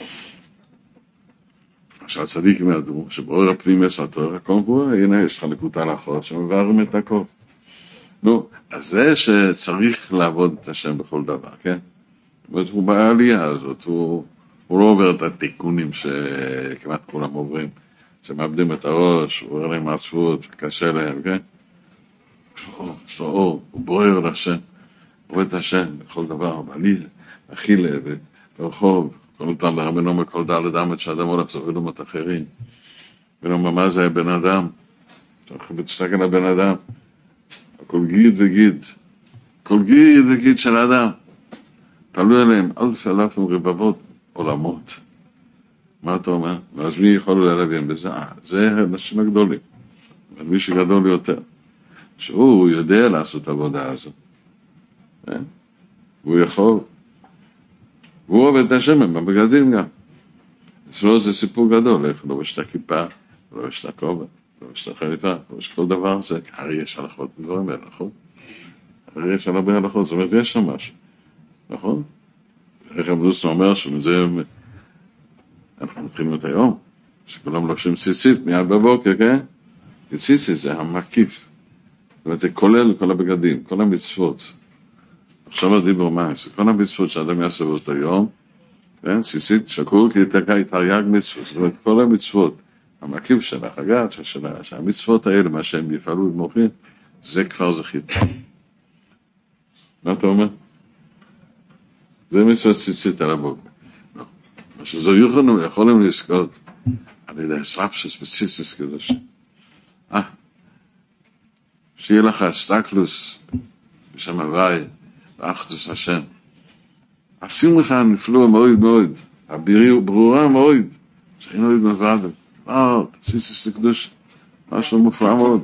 שהצדיקים ידעו, שבאור הפנים יש התור, הכל פה, הנה יש חלקות הלכות שמבארים את הכל. נו, אז זה שצריך לעבוד את השם בכל דבר, כן? זאת אומרת, הוא בעלייה הזאת, הוא, הוא לא עובר את התיקונים שכמעט כולם עוברים, שמאבדים את הראש, הוא עובר להם עצבות, קשה להם, כן? יש לו אור, הוא בוער לשם, הוא רואה את השם בכל דבר, בעלייה, אכילה, ברחוב, כל אותם לרבנו מכל דל אדם, שאדם הולך זוכר דומות אחרים. ונאמר, מה זה בן אדם? צריך להסתכל על בן אדם. כל גיד וגיד, כל גיד וגיד של האדם. תלוי עליהם אלף אלפים רבבות עולמות. מה אתה אומר? ואז מי יכול להבין בזה? אה, זה האנשים הגדולים. מי שגדול יותר. שהוא יודע לעשות עבודה הזו. הוא יכול. והוא עובד את השם עם הבגדים גם. אצלו זה סיפור גדול, איך לובש את הכיפה, לובש את הכובע, לובש את החליפה, לובש כל דבר, זה הרי יש הלכות, דברים האלה, נכון? הרי יש הרבה הלכות, זאת אומרת, יש שם משהו, נכון? איך אבדוס אומר שמזה אנחנו מתחילים את היום, שכולם לובשים ציצית מיד בבוקר, כן? ציצית זה המקיף, זאת אומרת, זה כולל כל הבגדים, כל המצוות. עכשיו הדיבור מה, זה כל המצוות שאדם יעשה באותו יום, כן? ציצית שקול כי יתקע יתרי"ג מצוות, זאת אומרת, כל המצוות, המקיף של החגת, שהמצוות האלה, מה שהם יפעלו במוחים, זה כבר זכית. מה אתה אומר? זה מצוות ציצית על הבוקר. מה שזו יכולנו, יכולים לזכות, על ידי הסלאפסס בציציס קדוש. אה, שיהיה לך סטקלוס, בשם הוואי, באחדוס השם. השמחה נפלאה מאוד מאוד, הברורה מאוד, שהיינו עוד מבד, וואו, ציציס קדוש, משהו מופלא מאוד.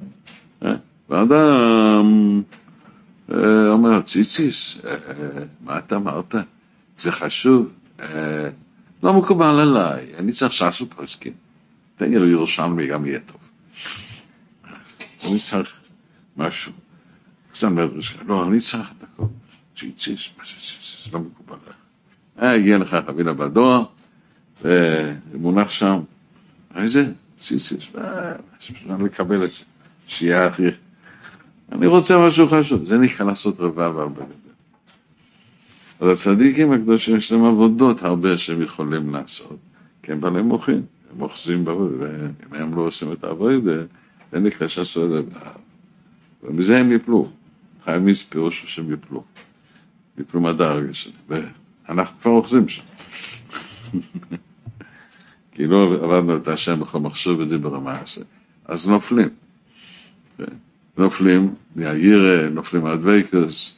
ואדם אומר, ציציס, מה אתה אמרת? זה חשוב, לא מקובל עליי, אני צריך שעשו פרסקים. תן לי ירושלמי גם יהיה טוב. אני צריך משהו. לא, אני צריך את הכל. ציציס, מה זה ציציס? לא מקובל עליי. הגיע לך חבילה בדואר, ומונח שם. איזה? ציציס, אני לקבל את זה. שיהיה אחי. אני רוצה משהו חשוב. זה נקרא לעשות רבב הרבה גדול. אז הצדיקים הקדושים יש להם עבודות הרבה שהם יכולים לעשות. כי הם בעלי מוחים. הם מוחזים בעבוד, ואם הם לא עושים את העבוד, זה נקרא שעשו רבב. ומזה הם יפלו. חייב פירוש שהם יפלו. יפלו מהדרגה שלהם. ואנחנו כבר אוחזים שם. כי לא עבדנו את השם בכל מחשוב ודיבר המעשה. אז נופלים. נופלים מהירא, נופלים מהדבקות,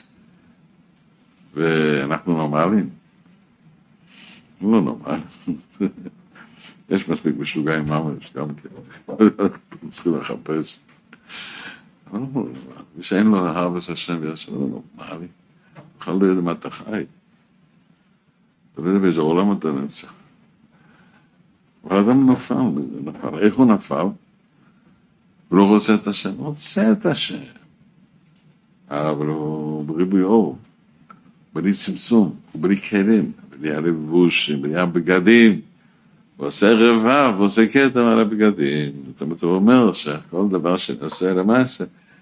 ואנחנו נורמליים. לא נורמל. יש מספיק משוגעים ממש, גם כן. צריכים לחפש. אבל לא נורמל. ושאין לו אהבת השם ויש לו נורמלי. בכלל לא יודע מה אתה חי. אתה לא יודע באיזה עולם אתה נמצא. אבל אדם נפל, נפל. איך הוא נפל? הוא לא רוצה את השם, הוא רוצה את השם. אבל הוא בריבוי אור, בלי צמצום, הוא בלי כלים, בלי הלבושים, בלי הבגדים. הוא עושה רבב, הוא עושה קטע על הבגדים. זאת אומרת, הוא אומר שכל דבר שנעשה למעשה,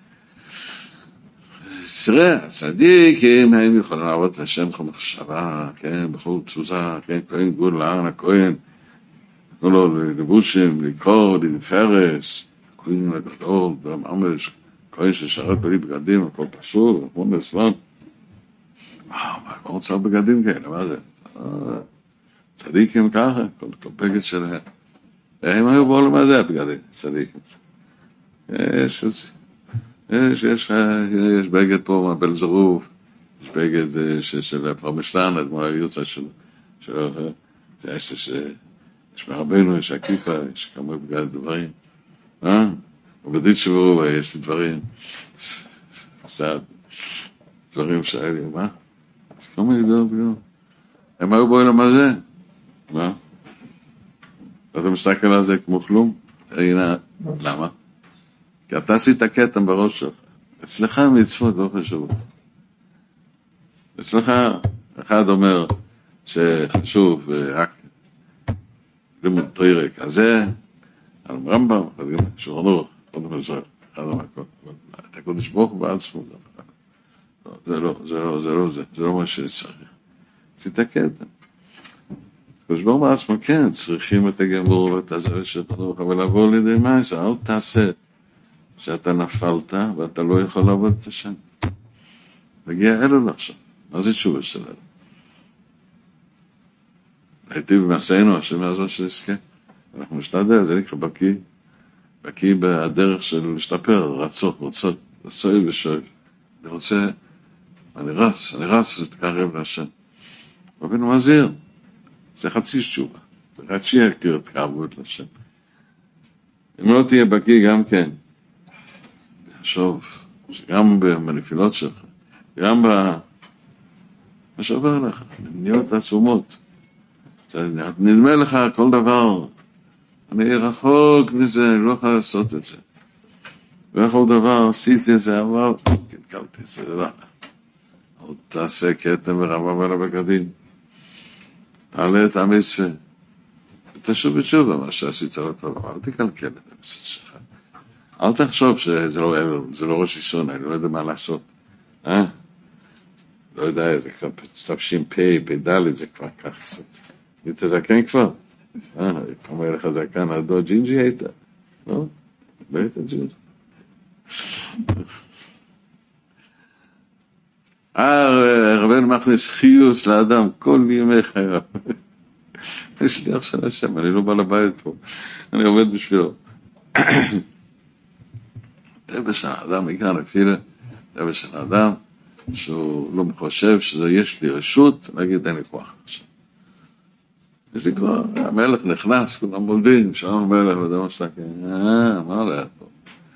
תראה, צדיקים, הם יכולים לעבוד את השם בכל מחשבה, כן, בכל תזוזה, כן, כהן גול לערן הכהן, תנו לו לבושים, לקור, לפרס, כהן הגדול, ממש, כהן ששרת בלי בגדים, הכל פשוט, כמו בסלם. וואו, מה, לא רוצה בגדים כאלה, מה זה? צדיקים ככה, כל בגד שלהם. הם היו בעולם הזה, הבגדים, צדיקים. יש איזה. יש, יש, יש בגד פה מהבל זרוף, יש בגד של פרמשלן, אדמור היוצא שלו, שיש, יש, יש מרבנו, יש הכיפה, יש כמה בגד דברים, אה? ובדית שברו, יש דברים, סעד, דברים שהיו, מה? יש כמה ידעות גם. הם היו בעולם הזה, מה? אתה מסתכל על זה כמו כלום? הנה, למה? כי אתה עשית כתם בראש שלך. אצלך מצוות לא חשוב. אצלך אחד אומר שחשוב רק לימוד תורה כזה, על רמב"ם, שולחן ערוך, אחד המקום. אתה קודש ברוך הוא בעצמו. זה לא, זה לא, זה לא זה, זה לא מה שצריך. עשית כתם. קודש ברוך הוא בעצמו, כן, צריכים את הגמור ואת הזה שולחן ערוך, אבל לבוא לידי מה זה, אל תעשה. שאתה נפלת ואתה לא יכול לעבוד את השם. תגיע אלו עכשיו. מה זה תשובה של אלו? הייתי במעשינו, השם יעזור שנזכה. אנחנו משתדל, זה נקרא בקיא. בקיא בדרך של להשתפר, רצות, רוצות, רצוי ושואף. אני רוצה, אני רץ, אני רץ להתקרב להשם. רבינו מזהיר. זה חצי תשובה. זה חצי יקיר את קרבות להשם. אם לא תהיה בקיא גם כן, שוב, שגם בנפילות שלך, גם מה שעובר לך, נהיות עצומות. נדמה לך כל דבר, אני רחוק מזה, אני לא יכול לעשות את זה. וכל דבר עשיתי את זה, אבל קלקלתי את זה, לא. עוד תעשה כתם ורמה ועלה בגדים. תעלה את המצווה. ותשוב ותשובה מה שעשית לא טוב, אל תקלקל את המצווה שלך. אל תחשוב שזה לא אלו, זה לא ראש אישון, אני לא יודע מה לעשות. אה? לא יודע, זה כבר תפשים פי, פי דלת, זה כבר כך קצת. היית זקן כבר? אה, פעם היה לך זקן, הדו ג'ינג'י היית? לא? לא היית ג'ינג'י. אה, רבנו מכניס חיוס לאדם כל ימי חייו. יש לי עכשיו השם, אני לא בא לבית פה, אני עובד בשבילו. טבע האדם, עיקר אפילו, טבע של האדם, שהוא לא חושב שיש לי רשות, להגיד אין לי כוח עכשיו. יש לי כבר, המלך נכנס, כולם מולדים, שם המלך, ואדם עושה כן, אה, מה הולך פה?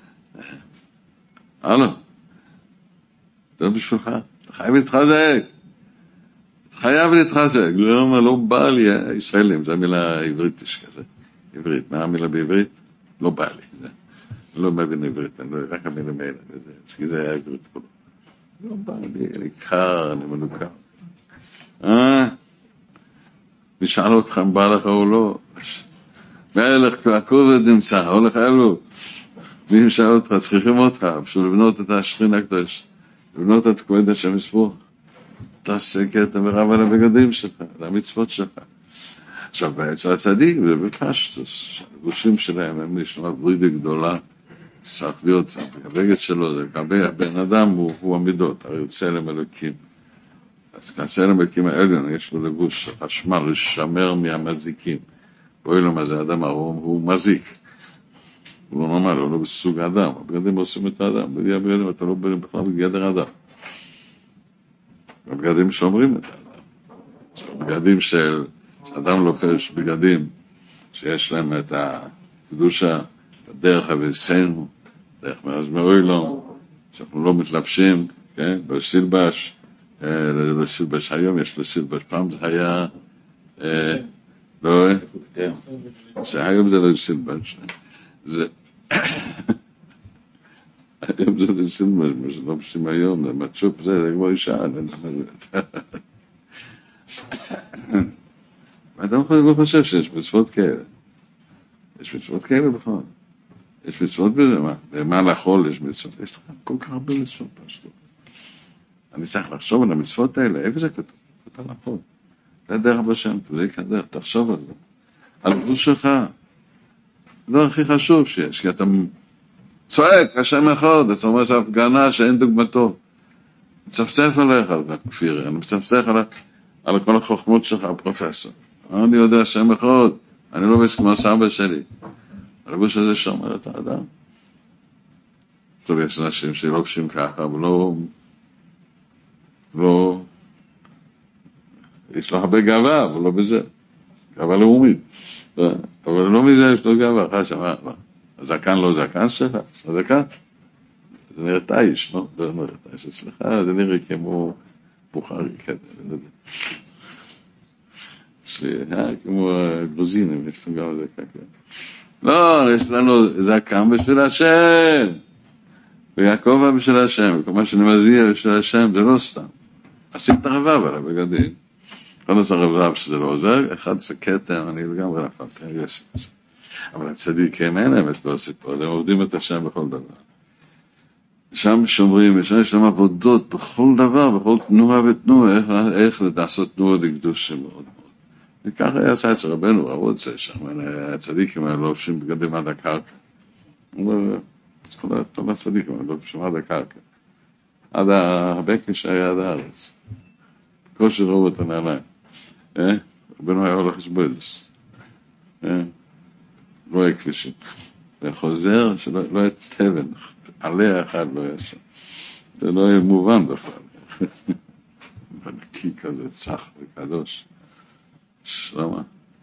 הלו, זה בשבילך, אתה חייב להתחזק, אתה חייב להתחזק, למה לא בא לי, ישראלים, זו המילה עבריתיש כזה, עברית, מה המילה בעברית? לא בא לי, זה. אני לא מבין עברית, אני לא, רק המילה מילה, אצלי זה היה עברית כולו. לא בא לי, אני קר, אני מנוכר. אה? מי שאל אותך אם בא לך או לא? מלך הכובד נמצא, הולך אלו. מי שאל אותך, צריכים אותך, בשביל לבנות את השכין הקדוש, לבנות את כבוד השם יסבור. תעשה קטע ורב על הבגדים שלך, על המצוות שלך. עכשיו, בעצם הצדיק, ובפשטוס, הגושים שלהם, הם נשמע ברידה גדולה, צריך להיות, הבגד שלו, זה לגבי הבן אדם, הוא, הוא המידות, הרי צלם אלוקים. אז כצלם אלוקים העליון, יש לו לגוש חשמל, לשמר מהמזיקים. בואי לו מה זה אדם, הוא, הוא מזיק. הוא לא נורמל, הוא לא בסוג האדם. הבגדים עושים את האדם, בלי הבגדים אתה לא בכלל בגדר האדם. הבגדים שומרים את האדם. הבגדים של אדם לופש, בגדים שיש להם את הקדושה, את הדרך הווסנו, דרך מאז מאוילום, שאנחנו לא מתלבשים, כן? לא סילבש, לא סילבש היום, יש לו סילבש, פעם זה היה, לא, כן, שהיום זה לא סילבש, זה, היום זה לא סילבש, מה שלא פשים היום, זה מצ'ופ, זה, זה כבר אישה, אני לא ואדם לא חושב שיש מצוות כאלה, יש מצוות כאלה בכלל. יש מצוות בזה, מה? ומה לאכול יש מצוות? יש לך כל כך הרבה מצוות פשוט. אני צריך לחשוב על המצוות האלה, איפה זה כתוב? אתה לאכול. זה דרך בשם, זה כדרך, תחשוב על זה. על גבוש שלך. זה הכי חשוב שיש, כי אתה צועק, השם אחד, אתה אומר שהפגנה שאין דוגמתו. מצפצף עליך על הכפיר, אני מצפצף עליך, על כל החוכמות שלך, הפרופסור. אני יודע השם אחד, אני לא בש כמו סבא שלי. הלבוש הזה שומר את האדם. טוב, יש אנשים שלובשים ככה, אבל לא, לא, יש לו הרבה גאווה, אבל לא בזה. גאווה לאומית. אבל לא מזה יש לו גאווה. אחת שמה, הזקן לא זקן שלך, הזקן. זה נראה תאיש, לא? זה נראה תאיש אצלך, זה נראה כמו בוחרי כזה, אני לא יודע. כמו גרוזינים, יש לו גם זקן כזה. לא, יש לנו זקן בשביל השם. ויעקב בשביל השם. וכל מה שאני מזיע בשביל השם, זה לא סתם. עשית רבב על הבגדים. כל עשר רבב שזה לא עוזר, אחד זה קטן, אני לגמרי נפלתי, אני אעשה את זה. אבל הצדיקים אין להם את כל הסיפור, הם עובדים את השם בכל דבר. שם שומרים, יש להם עבודות בכל דבר, בכל תנועה ותנועה, איך, איך לעשות תנועה לקדוש מאוד מאוד. וככה היה עשה אצל רבנו, הוא רוצה שם, הצדיקים האלה לובשים בגדים עד הקרקע. כל הצדיקים האלה לובשים עד הקרקע. עד הבקן שהיה עד הארץ. בקושי ראו את הנעליים. רבנו היה הולך לסבודס. לא היה כבישים. וחוזר, לא היה תבן, עליה אחד לא היה שם. זה לא היה מובן בכלל. בנקי כזה, צח וקדוש. שלמה.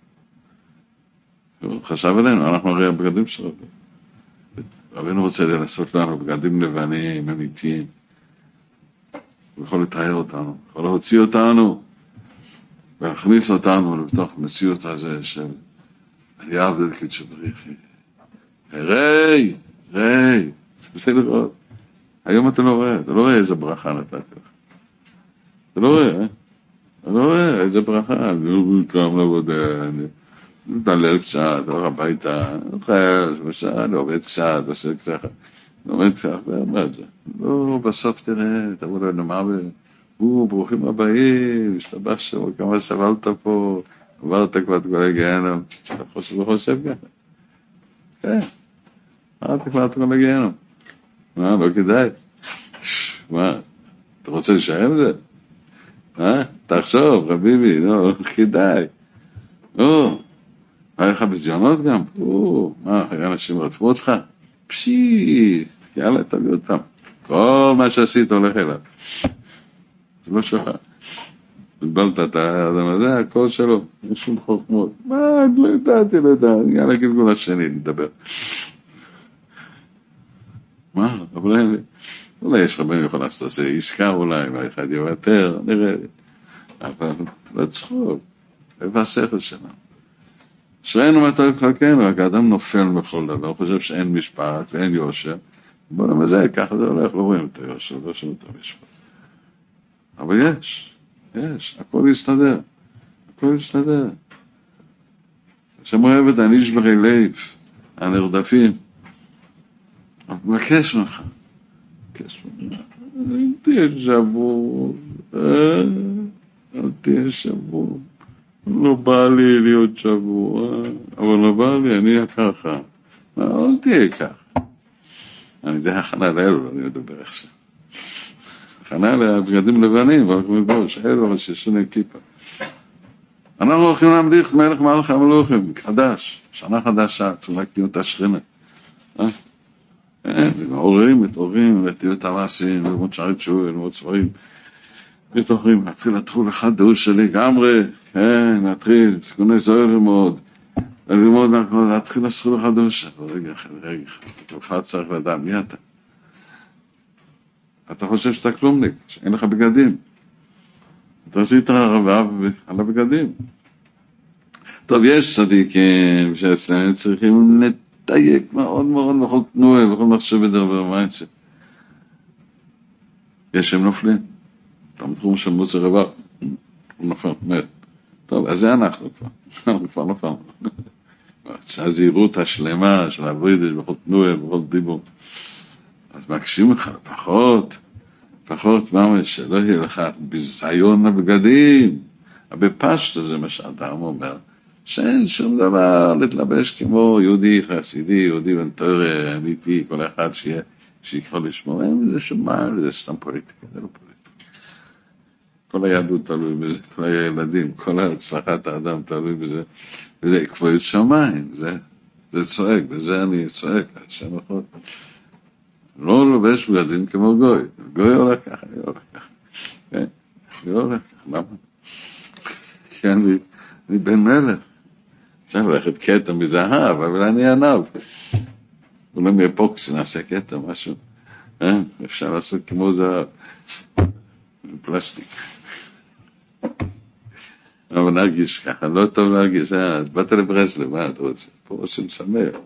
הוא חשב עלינו, אנחנו הרי הבגדים שלו. רבינו רוצה לנסות לנו בגדים לבנים, אמיתיים. הוא יכול לתאר אותנו, יכול להוציא אותנו, ולהכניס אותנו לתוך המציאות הזה של יעבד כתשבריחי. ראי, ראי, זה בסדר לראות. היום אתה לא רואה, אתה לא רואה איזה ברכה נתתי לך. אתה לא רואה, אה? אתה לא רואה איזה ברכה. אני קם לעבודה, אני מתעלל קצת, הולך הביתה, אני עובד קצת, עושה קצת, עובד קצת, ומה זה? לא, בסוף תראה, תבוא לו נאמר, הוא, ברוכים הבאים, השתבח שם, כמה סבלת פה, עברת כבר את כל הגיהנום, אתה חושב וחושב ככה. כן, עברת כבר את כל הגיהנום. מה, לא כדאי. מה, אתה רוצה לשאר את זה? אה? תחשוב, רביבי, לא, כדאי. לא, היה לך בזיונות גם? או, מה, היה אנשים רדפו אותך? פשי, יאללה, תביא אותם. כל מה שעשית הולך אליו. זה לא שלך. בלבלת את האדם הזה, הכל שלו. יש שום חוכמות. מה, לא ידעתי, לא ידעתי. יאללה, גלגול השני, נדבר. מה, אבל אין לי. אולי יש רבים יכול לעשות עושה עסקה אולי, ואחד יוותר, נראה. אבל לא צחוק. איפה השכל שלנו? שראינו מה טוב חלקנו, רק האדם נופל בכל דבר, הוא חושב שאין משפט ואין יושר. בוא נמזה, ככה זה הולך, לא רואים את היושר, לא שומעים את המשפט. אבל יש, יש, הכל יסתדר, הכל יסתדר. השם אוהב את הנשברי לב, הנרדפים. אני מבקש ממך, מבקש ממך, אל תהיה שבור, אל תהיה שבור. לא בא לי להיות שבוע, אבל לא בא לי, אני אהיה ככה. אל תהיה ככה. אני זה הכנה לאלו, אני מדבר עכשיו. הכנה לבגדים לבנים, ואנחנו מדבוש, אלו, אבל שישונה כיפה. אנחנו הולכים להמליך מלך מלך המלוכים, חדש, שנה חדשה, צריך להקטין את השכנה. אה? כן, מתעוררים, מתעוררים, לתהיו את המעשים, ללמוד שערי תשובה, ללמוד ספרים. מתעוררים, להתחיל לתחול אחד דעוש שלי, גמרי, כן, להתחיל, שכוני זוהר ללמוד, ללמוד מהכל, להתחיל לתחול אחד דעוש. רגע, רגע, תופעה צריך לדעת, מי אתה? אתה חושב שאתה כלומניק, שאין לך בגדים. אתה עשית רבב על הבגדים. טוב, יש צדיקים שאצלנו צריכים לדייק מאוד מאוד בכל תנועה, בכל מחשב ודרבר מיינדסט. יש שהם נופלים. אתה מתחום של מוצא רבב. הוא נופל, מת. טוב, אז זה אנחנו כבר. אנחנו כבר נופלנו. הזהירות השלמה של הברידש בכל תנועה, בכל דיבור. אז מקשים לך פחות, פחות ממש, שלא יהיה לך בזיון הבגדים. בפשט זה מה שאדם אומר, שאין שום דבר להתלבש כמו יהודי חסידי, יהודי בן תורה, אמיתי, כל אחד שיהיה, שיכול לשמור, אין זה שום מה, זה סתם פוליטיקה, זה לא פוליטיקה. כל היהדות תלוי בזה, כל הילדים, כל הצלחת האדם תלוי בזה, וזה כבוד שמיים, זה, זה צועק, וזה אני צועק, השם יכול. לא לובש בגדים כמו גוי, גוי הולך ככה, אני הולך ככה, כן, אני הולך ככה, למה? כי אני, אני בן מלך, צריך ללכת קטע מזהב, אבל אני ענב, אולי מאפוקסי נעשה קטע, משהו, אה? אפשר לעשות כמו זהב, פלסטיק, אבל נרגיש ככה, לא טוב להרגיש, אה, אז באת לברסלב, מה אתה רוצה? פה עושים שמח.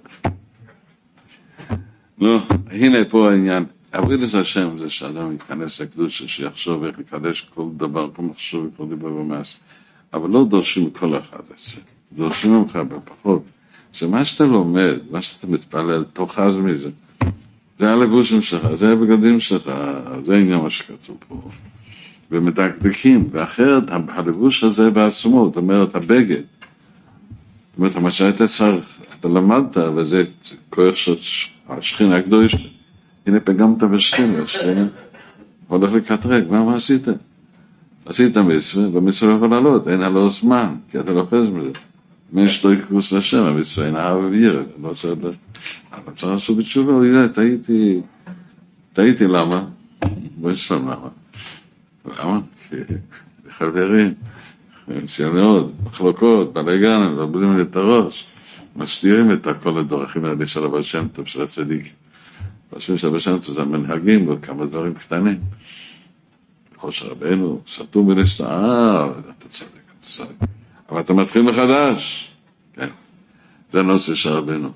לא, הנה פה העניין, עבודת השם זה שאדם יתכנס לקדושה, שיחשוב איך לקדש כל דבר, כל מחשוב וכל דיבר ומעשה, אבל לא דורשים כל אחד את זה, דורשים ממך בפחות, שמה שאתה לומד, מה שאתה מתפלל, תאחז מזה, זה הלבושים שלך, זה הבגדים שלך, זה העניין מה שכתוב פה, ומדקדקים, ואחרת הלבוש הזה בעצמו, זאת אומרת הבגד, זאת אומרת, מה שהיית צריך, אתה למדת, וזה כוח של השכינה הקדושה, הנה פגמת בשכינה, השכינה הולך לקטרק, מה, מה עשית? עשית מצווה, במצווה יכול לעלות, אין עלו זמן, כי אתה לא חז מזה. מי שתו יקרוס לשם, המצווה אין אהב ובירת, אני לא רוצה לדעת. אבל צריך לעשות בתשובה, הוא יודע, תהייתי, תהייתי למה? בואי שלום למה. למה? כי חברים, ציוניות, מחלוקות, בלגן, הם מבלבלים את הראש, מסתירים את כל הדרכים האלה של הבעל שם טוב, של הצדיק. חושבים שהבעל שם טוב זה מנהגים, וכמה דברים קטנים. משה רבנו, סתום ולסתר, אתה צודק, אתה צודק. אבל אתה מתחיל מחדש. כן. זה נושא של רבנו.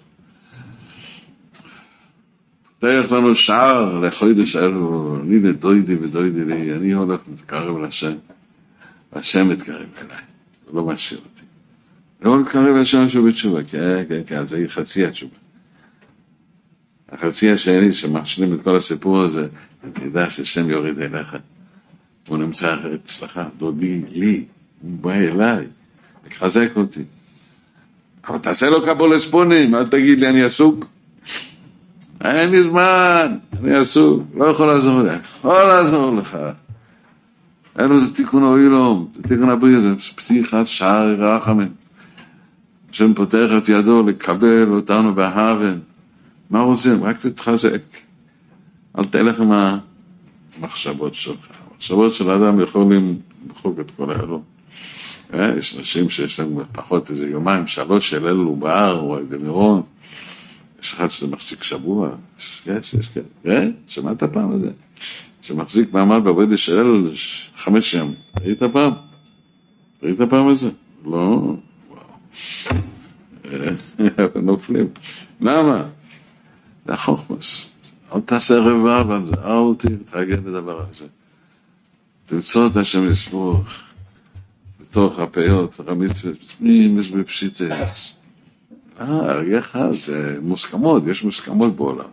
פותח לנו שער לחודש אלו, אני לדוידי ודוידי לי, אני הולך מתקרב לשם, והשם מתקרב אליי, הוא לא משאיר אותי. לא מתקרב לשם שהוא בתשובה, כן, כן, כן, זה חצי התשובה. החצי השני שמחשלים את כל הסיפור הזה, תדע שהשם יוריד אליך. הוא נמצא אצלך, דודי לי, הוא בא אליי, לחזק אותי. אבל תעשה לו קבולת פונים, אל תגיד לי אני עסוק. אין לי זמן, אני עסוק, לא יכול לעזור לך, יכול לעזור לך. אלו זה תיקון אוילום, זה תיקון הבריא, זה פתיחת שער רחמים. השם פותח את ידו לקבל אותנו באהבה. מה עושים? רק תתחזק. אל תלך עם המחשבות שלך. המחשבות של האדם יכולים למחוק את כל האלו. יש אנשים שיש להם פחות איזה יומיים, שלוש של אלו בהר או במירון. יש אחד שזה מחזיק שבוע. יש, יש, יש, כן. שמעת פעם הזה? שמחזיק מעמד בעבודה של אלו חמש ימים. ראית פעם? ראית פעם הזה? לא. וואו. נופלים. למה? זה החוכמס. אל תעשה רבב על זה, אל תתרגל לדבר הזה. תמצוא את השם לסמוך בתוך הפיות, המצוות, יש בפשיטה. אה, הרגך זה מוסכמות, יש מוסכמות בעולם.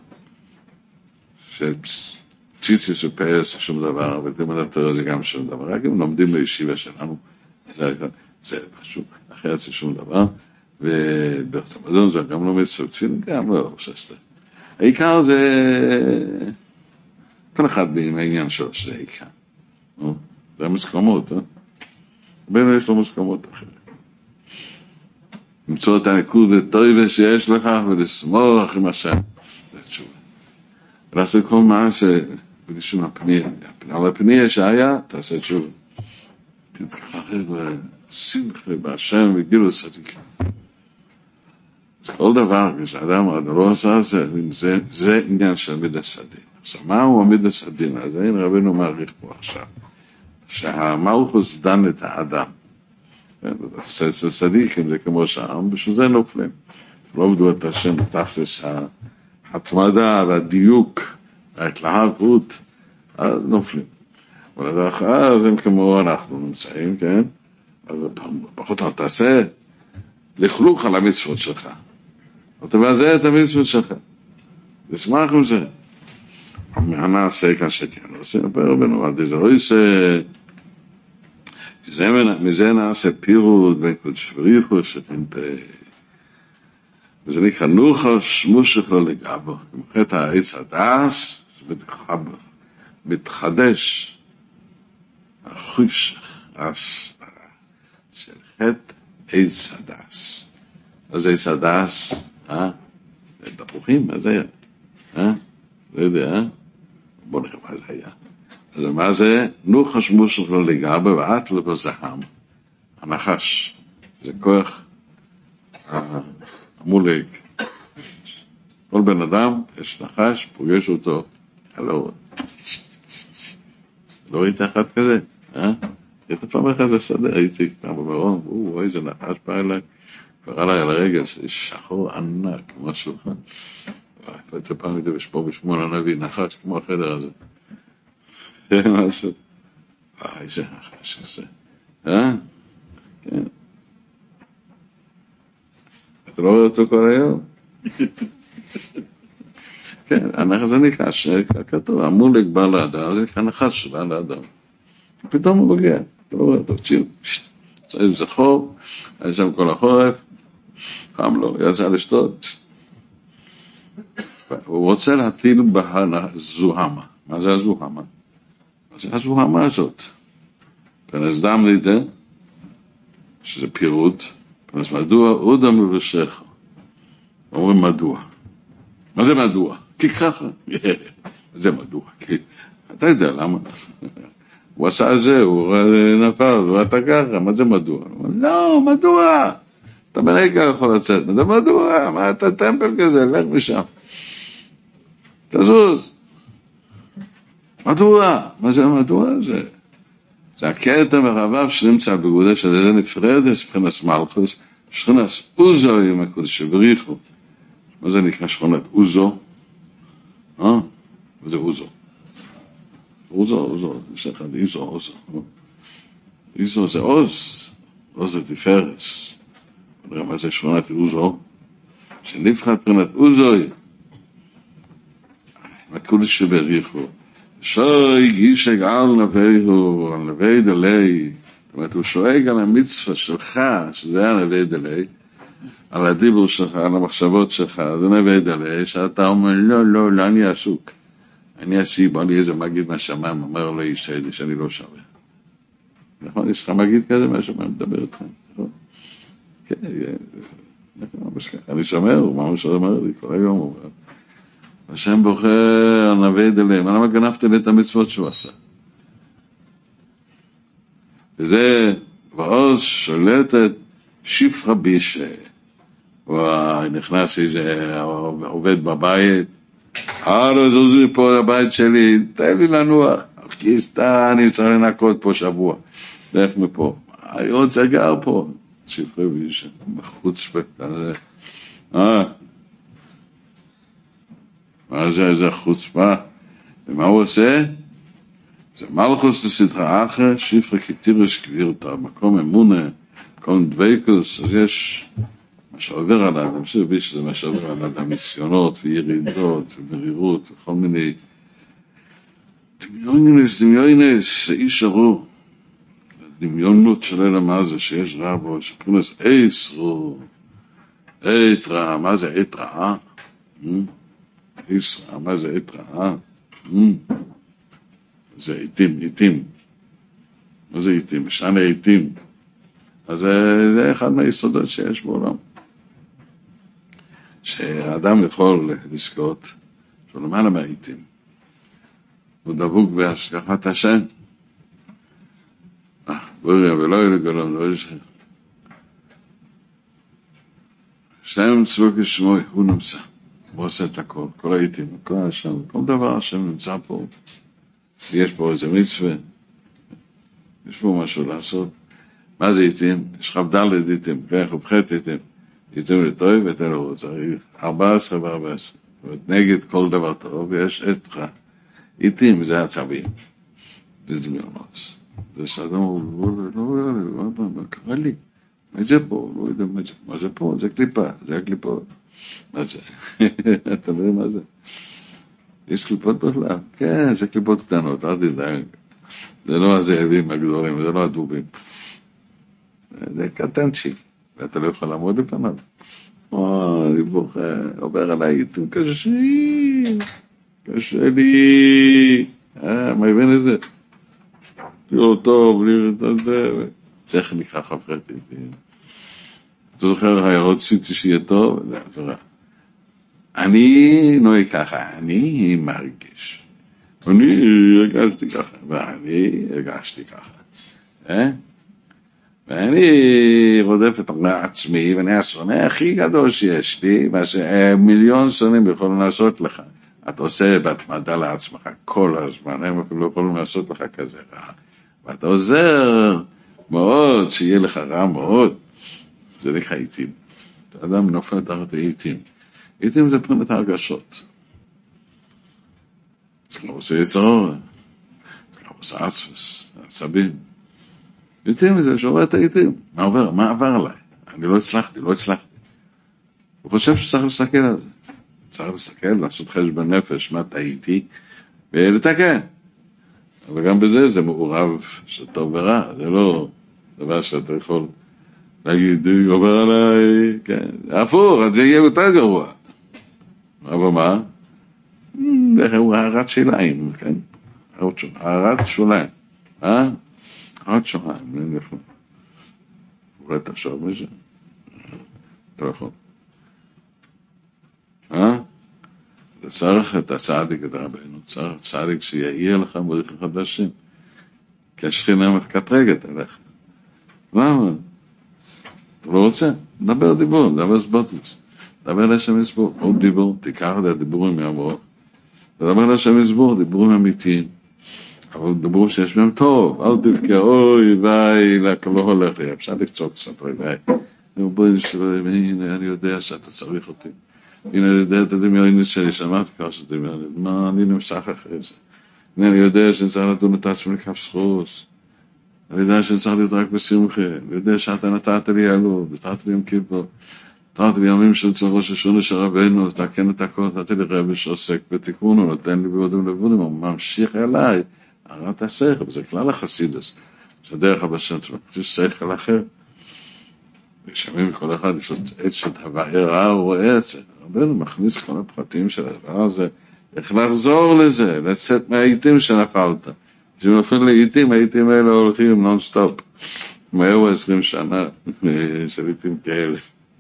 שציצי שפייס שום דבר, ולימוד התורה זה גם שום דבר. רק אם לומדים בישיבה שלנו, זה פשוט, אחרת זה שום דבר. ובאותו מזון זה גם לא מצוות, גם לא חוששת. העיקר זה, כל אחד בעניין שלו שזה העיקר. זה המוסכמות, אה? בין יש לו מוסכמות אחרת. למצוא את הניקוד וטויבה שיש לך ולשמוח עם השם. זה תשובה. ולעשות כל מעשה בגשום הפנייה. על הפנייה שהיה, תעשה תשובה. תתחרר ושמחה בהשם וגילו צדיק. אז כל דבר, כשאדם לא עשה את זה, זה, זה עניין של מידס הדין. עכשיו, מהו המידס הדין? אז אין רבינו מעריך פה עכשיו. שהמלכוס דן את האדם. צדיקים זה כמו שם, בשביל זה נופלים. לא עבדו את השם בתכלס ההתמדה והדיוק, ההתלהבות, אז נופלים. אבל אז הם כמו אנחנו נמצאים, כן? אז פחות אתה תעשה לכלוך על המצוות שלך. אתה מבזה את המצוות שלך. תשמח עם זה. מה נעשה כאן שכן? עושה נפר בנו, עד איזה עושה, מזה נעשה פירוד בין קודש בריחו שכנתה. וזה נקרא נוחש מושך לו לגבו. כמחת העץ הדס, מתחדש החושך, ההסתרה של חטא עץ הדס. אז עץ הדס, אה? זה תפוחים, מה זה היה? אה? לא יודע, אה? בוא נראה מה זה היה. אז מה זה? נוחש מושך לו לגבי ואת לבו זהם. הנחש. זה כוח המולג. כל בן אדם, יש נחש, פוגש אותו. הלו, לא ראית אחד כזה? אה? היית פעם אחת בסדר, הייתי פעם במרום, או, איזה נחש בא אליי. קרא לי על הרגל, שחור ענק, משהו אחד. הייתי פעם הייתי בשפור בשמון הנביא, נחש כמו החדר הזה. כן, משהו. אה, איזה נחש הזה. אה? כן. אתה לא רואה אותו כל היום? כן, הנחש זה נחש, כתוב, המולק בא לאדם, זה נקרא נחש שבא לאדם. פתאום הוא מגיע, אתה לא רואה אותו, תקשיב, צריך זכור, היה שם כל החורף, חם לו, יצא לשתות. הוא רוצה להטיל בזוהמה. מה זה הזוהמה? מה זה הזוהמה הזאת? פנס דם לידה, שזה פירוט, פנס מדוע, עודם לבשך. אומרים מדוע. מה זה מדוע? כי ככה. זה מדוע. כי אתה יודע למה. הוא עשה את זה, הוא נפל, הוא עתה ככה, מה זה מדוע? לא, מדוע? אתה ברגע יכול לצאת, זה מדוע? מה אתה טמפל כזה? לך משם. תזוז. מדוע? מה זה מדוע? זה זה הקטע ורבב שנמצא בגודל שזה נפרדס מבחינת מלכוס, שכונת אוזו עם הקודש בריחו. מה זה נקרא שכונת אוזו? אה? וזה אוזו. אוזו, אוזו, יש אחד איזו, אוזו. איזו זה עוז, עוז זה תפארס. נראה מה זה שכונת אוזו? שנבחת מבחינת אוזו עם הקודש שבריחו. שוי גישק על נביהו, על נבי דלי. זאת אומרת, הוא שואג על המצווה שלך, שזה הנבי דלי, על הדיבור שלך, על המחשבות שלך, זה נבי דלי, שאתה אומר, לא, לא, לא, אני עסוק. אני עסוק, בוא לי איזה מגיד מהשמיים, אומר לו איש הידי שאני לא שווה. נכון, יש לך מגיד כזה מהשמיים, מדבר איתך. נכון? כן, אני שומר, מה הוא שומר לי כל היום, הוא אומר. השם בוחר על נבי דלי, מה למה גנבתם את המצוות שהוא עשה? וזה, ועוז שולטת שפחה בישה. הוא נכנס איזה עובד בבית, הלו זוזי פה לבית שלי, תן לי לנוח, כיסתה, אני צריך לנקות פה שבוע, דרך מפה, אני רוצה גר פה, שפחה בישה, בחוץ בכזה, אה, מה זה, איזה חוצפה, ומה הוא עושה? זה מלכוס לסדרה אחר, שפחה כתירש קבירתה, מקום אמונה, מקום דוויקוס, אז יש מה שעובר על האדם, שבי שזה מה שעובר על האדם, מיסיונות וירידות ומרירות וכל מיני דמיונס, דמיונס, איש הרו, דמיונות של אלה מה זה שיש רבו, שפרינס אייס רו, אית רע, מה זה אית רעה? אייס רע, מה זה אית רעה? זה עיתים, עיתים. מה זה עיתים? משנה עיתים. אז זה אחד מהיסודות שיש בעולם. שהאדם יכול לזכות, שהוא למעלה מהעיתים. הוא דבוק בהשגחת השם. אה, בוריה ולא יהיה לגלום, לא יש... שם צבוק השמוי, הוא נמצא. הוא עושה את הכל, כל העיתים, כל השם, כל דבר השם נמצא פה. יש פה איזה מצווה, יש פה משהו לעשות. מה זה עיתים? יש חבדלת עיתים, כך ובחת עיתים. עיתים לטוב ואתה לא צריך. ארבע עשרה וארבע עשרה. זאת אומרת, נגד כל דבר טוב, ויש עתך. עיתים זה עצבים. זה דמיונות. זה שאדם הוא לא יודע, מה קרה לי? מה זה פה? לא יודע מה זה. מה זה פה? זה קליפה. זה הקליפות. מה זה? אתה לא יודע מה זה? יש קליפות בכלל? כן, זה קליפות קטנות, אל תדאג. זה לא הזאבים הגדולים, זה לא הדובים. זה קטנצ'י, ואתה לא יכול לעמוד לפניו. או, אני בוכה, עובר עליי עיתים קשים, קשה לי. אה, מה יבין את זה? לא טוב, לראות את זה. צריך נקרא חפרת עיתים. אתה זוכר, היה רציתי שיהיה טוב? זה רע. אני נוהג ככה, אני מרגיש. אני הרגשתי ככה, ואני הרגשתי ככה. אה? ואני רודף את עצמי, ואני השונא הכי גדול שיש לי, מה שמיליון שונים יכולים לעשות לך. אתה עושה בהתמדה לעצמך כל הזמן, הם אפילו לא יכולים לעשות לך כזה רע. ואתה עוזר מאוד, שיהיה לך רע מאוד. זה נקרא עיתים. אתה אדם נופל תחת עיתים. עיתים זה פרמת הרגשות. זה לא עושה יצור, זה לא עושה עצפס, עצבים. עיתים זה שעובר את העיתים. מה עובר? מה עבר עליי? אני לא הצלחתי, לא הצלחתי. הוא חושב שצריך להסתכל על זה. צריך להסתכל, לעשות חשבון נפש, מה טעיתי, ולתקן. אבל גם בזה זה מעורב של טוב ורע. זה לא דבר שאתה יכול להגיד, עובר עליי, כן. הפוך, אז זה יהיה יותר גרוע. אבל מה? זה הוא הערת שוליים, כן? הערת שוליים. אה? הערת שוליים, אין לפני. אולי תחשוב מזה? אתה יכול. אה? אתה צריך את הצדיק, את רבנו, צריך צדיק שיעיר לך מוריך חדשים. כי השכינה מקטרגת עליך. למה? אתה לא רוצה? דבר דיבור, דבר סבוטלס. דבר לשם יסבור, עוד דיבור, תיקח את הדיבורים מהמוח. תדבר לשם יסבור, דיבורים אמיתיים. אבל דברו שיש בהם טוב, אל תבכה, אוי ואי, לא הולך לי, אפשר לקצור קצת, אוי ואי. בואי נשאר, הנה, אני יודע שאתה צריך אותי. הנה, אני יודע, אתה דמיון שלי, שמעתי כבר שאתה דמיון, מה, אני נמשך אחרי זה. הנה, אני יודע שאני צריך לדון את עצמי לכף זכוס. אני יודע שאני צריך להיות רק בשמחה. אני יודע שאתה נתת לי אלו, נתת לי יום כיפור. נתת לי ימים של צור ראש השונה של רבנו, לתקן את הכל, נתת לי רבי שעוסק בתיקון, הוא נותן לי ביודים לבודים, הוא ממשיך אליי. הרת השכל, וזה כלל החסידס. זה דרך הבשן, זה מקדיש שכל אחר. ושמים כל אחד, יש לו עת שתבהר רע, הוא רואה את זה. רבנו מכניס כל הפרטים של הדבר הזה, איך לחזור לזה, לצאת מהעיתים שנפלת. כשנופל לעיתים, העיתים האלה הולכים נון סטופ. מהרו עשרים שנה של עיתים כאלה.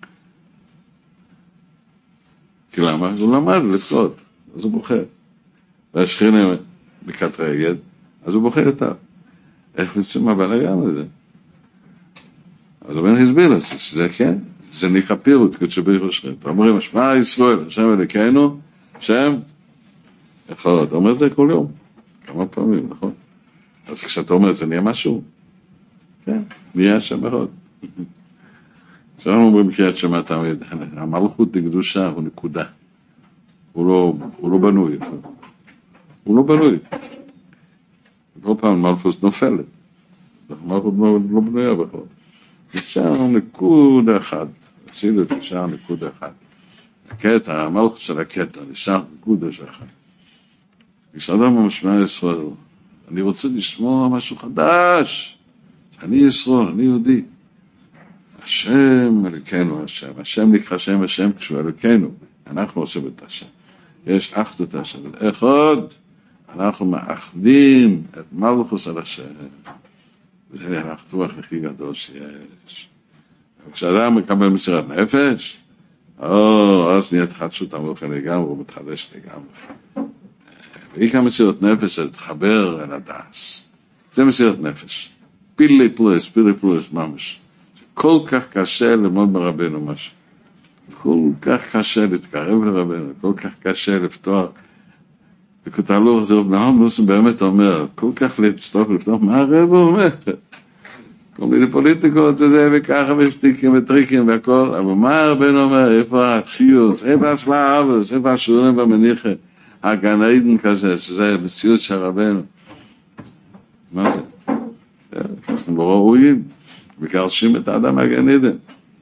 כי למה? הוא למד לפחות, אז הוא בוחר. והשכינה בקט רגד, אז הוא בוחר אותה. איך נצאים מהבלגן הזה? אז הוא בן הסביר לזה, שזה כן, זה נקרא פירוט, כתשביר השכין. אתה אומרים, השמע ישראל, השם אלוקינו, השם אחד. אתה אומר את זה כל יום, כמה פעמים, נכון? אז כשאתה אומר את זה, נהיה משהו? כן, נהיה השם אחד. כשאנחנו אומרים קריאת שמע תמיד, המלכות לקדושה הוא נקודה. הוא לא, הוא לא בנוי. הוא לא בנוי. כל פעם מלכות נופלת. מלכות לא בנויה בכלל. נשאר נקודה אחד. עשינו את נשאר נקודה אחד. הקטע, המלכות של הקטע, נשאר נקודה של אחד. כשאדם המשמע ישראל, אני רוצה לשמוע משהו חדש. אני ישראל, אני יהודי. השם אלוקינו השם, השם נקרא שם השם כשהוא אלוקינו, אנחנו עושים את השם. יש אחדות השם, אחד, אנחנו מאחדים את מלכות על השם. זה הנחתוך הכי גדול שיש. כשאדם מקבל מסירת נפש, או, אז נהיית חדשות המלכה לגמרי, הוא מתחדש לגמרי. ועיקר מסירת נפש זה להתחבר אל הדס. זה מסירת נפש. פילי פלוס, פילי פלוס, ממש. כל כך קשה ללמוד ברבנו משהו. כל כך קשה להתקרב לרבנו, כל כך קשה לפתוח. וכותלו, זה רב נוסם באמת אומר, כל כך להצטרף לפתוח, מה הרב אומר? כל מיני פוליטיקות וזה, וככה ושטיקים וטריקים והכל, אבל מה רבנו אומר? איפה החיוס? איפה הסלאבוס? איפה השורים במניחה? הגן עדן כזה, שזה מציאות של רבנו. מה זה? אנחנו לא ראויים. וקרשים את האדם מהגן עדן.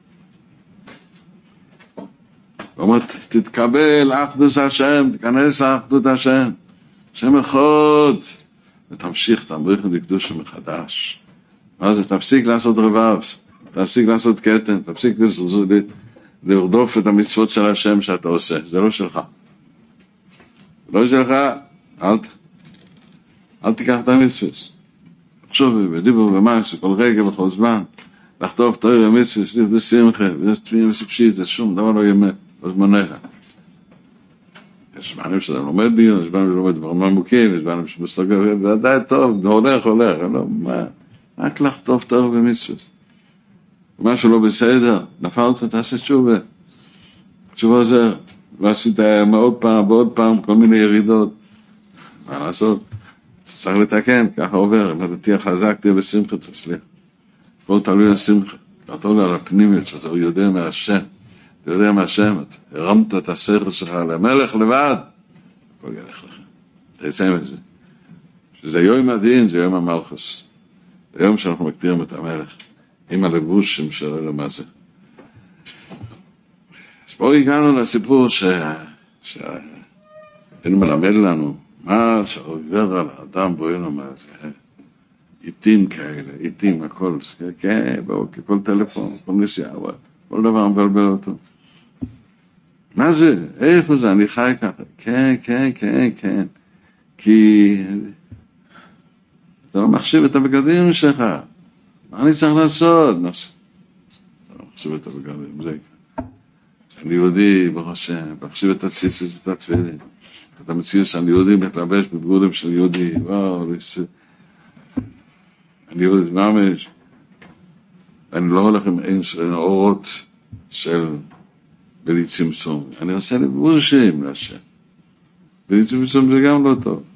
הוא אומר, תתקבל אחדות השם, תיכנס לאחדות השם, השם אחד, ותמשיך, תמריך לקדושה מחדש. מה זה? תפסיק לעשות רבב, תפסיק לעשות קטן, תפסיק לרדוף את המצוות של השם שאתה עושה, זה לא שלך. לא שלך, אל, אל תיקח את המצוות. תחשוב בדיבור ומעש, כל רגע וכל זמן, לכתוב תויר המצווה, שליף בשמחה, ויש תמיעים וספשית, זה שום דבר לא יאמת, בזמניך. יש זמנים שאתה לומד ביון, יש זמנים שאתה לומד דברים עמוקים, יש זמנים שמסתגר, ועדיין טוב, הולך, הולך, לא, מה, רק לכתוב תויר ומצווה. משהו לא בסדר, נפלת, תעשה תשובה. תשובה זה, ועשית עוד פעם ועוד פעם, כל מיני ירידות. מה לעשות? צריך לתקן, ככה עובר, אם אתה תהיה חזק, תהיה בשמחה, תצליח. כל תלוי על שמחה, אתה תלוי על הפנימיות, שאתה יודע מהשם, אתה יודע מהשם, אתה הרמת את השכל שלך למלך לבד, הכל ילך לך, תצא מזה. שזה יום הדין, זה יום המלכוס, זה יום שאנחנו מקטירים את המלך, עם הלבושים שלנו מה זה. אז פה הגענו לסיפור ש... שהיינו מלמד לנו, מה שעובר על האדם בואינו מה זה, עיתים כאלה, עיתים, הכל, כן, כל טלפון, כל נסיעה, כל דבר מבלבל אותו. מה זה? איפה זה? אני חי ככה. כן, כן, כן, כן. כי אתה לא מחשיב את הבגדים שלך. מה אני צריך לעשות? אתה לא מחשיב את הבגדים, זה כאן. אני יהודי, ברוך השם, מחשיב את הציצית ואת התפילין. אתה מציע שאני יהודי מתלבש בבגודים של יהודי, וואו, אני יהודי, ממש, אני לא הולך עם אין של אורות של בלי צמצום, אני עושה לבושים להשם, בלי צמצום זה גם לא טוב,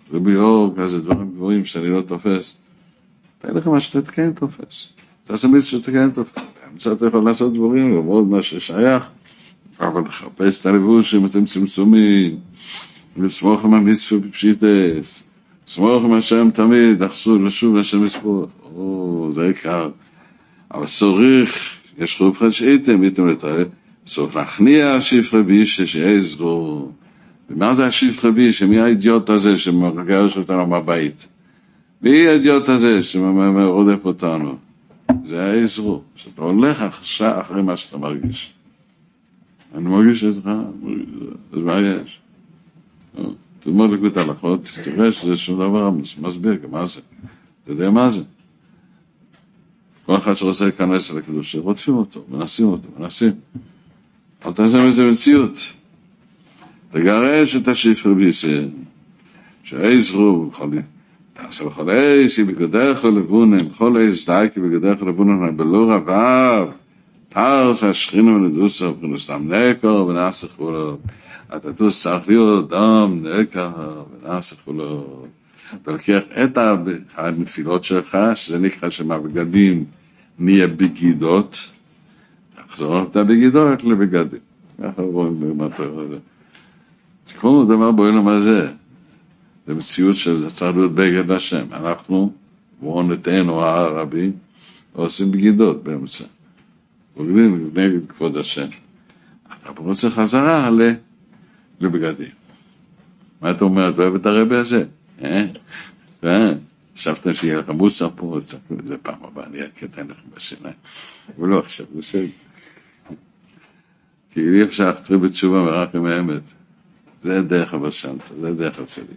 רבי אור, כזה דברים גבוהים שאני לא תופס. תהיה לך מה שאתה כן תופס. תעשה מיץ שאתה כן תופס. באמצע אתה יכול לעשות דברים, למרות מה ששייך, אבל לחפש את הלבושים, אתם צמצומים, לסמוך עם המצווה בפשיטס, לסמוך עם השם תמיד, לחסו, לשוב לשם לסמוך. או, זה יקר. אבל צורך, יש חוב אחד שהייתם, הייתם לתאר, צריך להכניע השיף רביש שיעזרו. ומה זה השיף רביש? מי האידיוט הזה שמרגש אותנו מהבית? מי האידיוט הזה שמרודף אותנו? זה העזרו. שאתה הולך עכשיו אחרי מה שאתה מרגיש. אני מרגיש את זה, אז מה יש? תלמוד לקבוצה הלכות, תראה שזה שום דבר מסביר, מה זה? אתה יודע מה זה? כל אחד שרוצה להיכנס אל הקדוש, רודפים אותו, מנסים אותו, מנסים. אבל תעשה מזה מציאות. תגרש את השיף רבי, שעזרו, תעשה בכל איש, בגדך לבונן, בכל איש דייקי בגדך לבונן, בלא רבב, תרס השכינו ונדוסו, ונוסתם נקר ונעשה חולו. אתה תוס צריך להיות דם, נקר ונעשה חולו. אתה לוקח את הנפילות שלך, שזה נקרא שמהבגדים נהיה בגידות, תחזור את הבגידות לבגדים. ככה רואים במטר הזה. כל דבר בעולם הזה, זה מציאות שזה צריך להיות בגד השם. אנחנו, וונתנו הערבי, עושים בגידות באמצע. בוגדים נגד כבוד השם. אתה רוצה חזרה לבגדים. מה אתה אומר? אתה אוהב את הרבי הזה? אה? אה? חשבתם שיהיה לך מוסר פה, תסתכלו את זה פעם הבאה, אני אתן לכם בשיניים. אבל לא עכשיו, זה של... כי אי אפשר להחתרי בתשובה ורק עם האמת. זה דרך הבשלת, זה דרך הצדיק.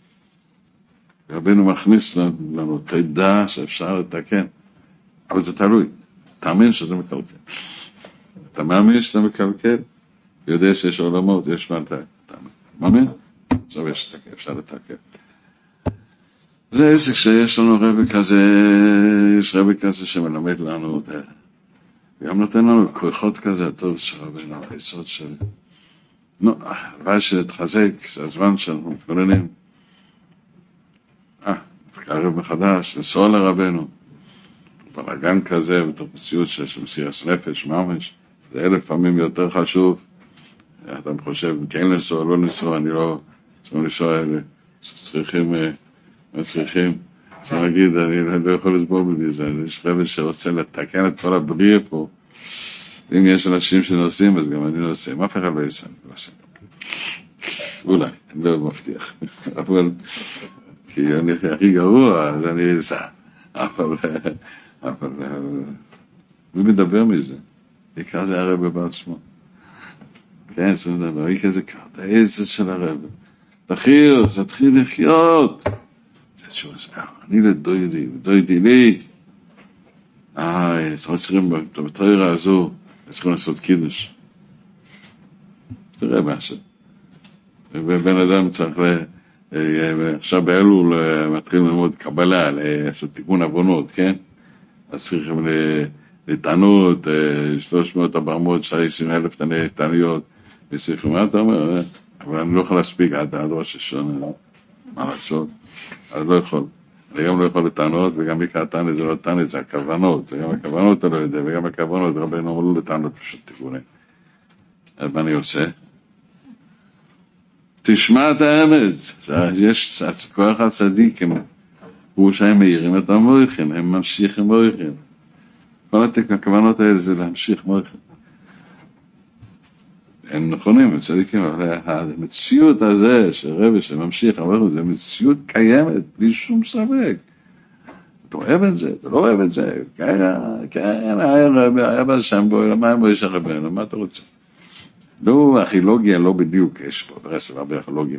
רבינו מכניס לנו, תדע שאפשר לתקן. אבל זה תלוי. תאמין שאתה מקלקל. אתה מאמין שאתה מקלקל? יודע שיש עולמות, יש מתי. מאמין? עכשיו יש לתקן, אפשר לתקן. זה עסק שיש לנו רבי כזה, יש רבי כזה שמלמד לנו, גם נותן לנו כוחות כזה, הטוב של רבינו, היסוד של... נו, הלוואי שתחזק, זה הזמן שאנחנו מתכוננים. אה, תקרב מחדש, לנסוע לרבנו. בלגן כזה, בתוך מציאות של מסירת נפש, ממש, זה אלף פעמים יותר חשוב. אתה חושב, כן לנסוע, לא לנסוע, אני לא צריך לנסוע אלה. צריכים, מה צריכים? צריך להגיד, אני לא יכול לסבור בלי זה. יש רבי שרוצה לתקן את כל הבריאה פה. אם יש אנשים שנוסעים, אז גם אני נוסעים. אף אחד לא יסע, אני לא עושה. אולי, אני לא מבטיח. אבל, כי אני הכי גרוע, אז אני אסע. אבל, אבל, מי מדבר מזה? בעיקר זה הרב בעצמו. כן, זה מדבר, היא כזה קרת, העצת של הרב. תחיר, זה תחיל לחיות. זה תשוב, אני לדוידי, לדוידי לי. אה, צריכים בתאירה הזו, צריכים לעשות קידוש. תראה משהו. ובן אדם צריך, עכשיו באלול מתחילים ללמוד קבלה, לעשות תיקון עוונות, כן? אז צריכים לטענות, שלוש מאות ארבע מאות שלושים אלף תעניות, וצריכים, מה אתה אומר? אבל אני לא יכול להספיק עד ראש השונה, מה לעשות? אני לא יכול. אני גם לא יכול לטענות, וגם בעיקר טענת זה לא טענת, זה הכוונות, וגם הכוונות אתה לא יודע, וגם הכוונות רבינו אמרו לו לטענות פשוט תיקונים. אז מה אני עושה? תשמע את האמת, יש כוח הצדיק, הוא שהם מאירים את המויכין, הם ממשיכים מויכין. כל הכוונות האלה זה להמשיך מויכין. הם נכונים, הם צדיקים, אבל המציאות הזה שרבי שממשיך, זה מציאות קיימת, בלי שום ספק. אתה אוהב את זה, אתה לא אוהב את זה, כן, כן, היה בשם בו, מה הם יש הרבנו, מה אתה רוצה? לא, ארכיאולוגיה לא בדיוק יש פה, ברסל הרבה ארכיאולוגים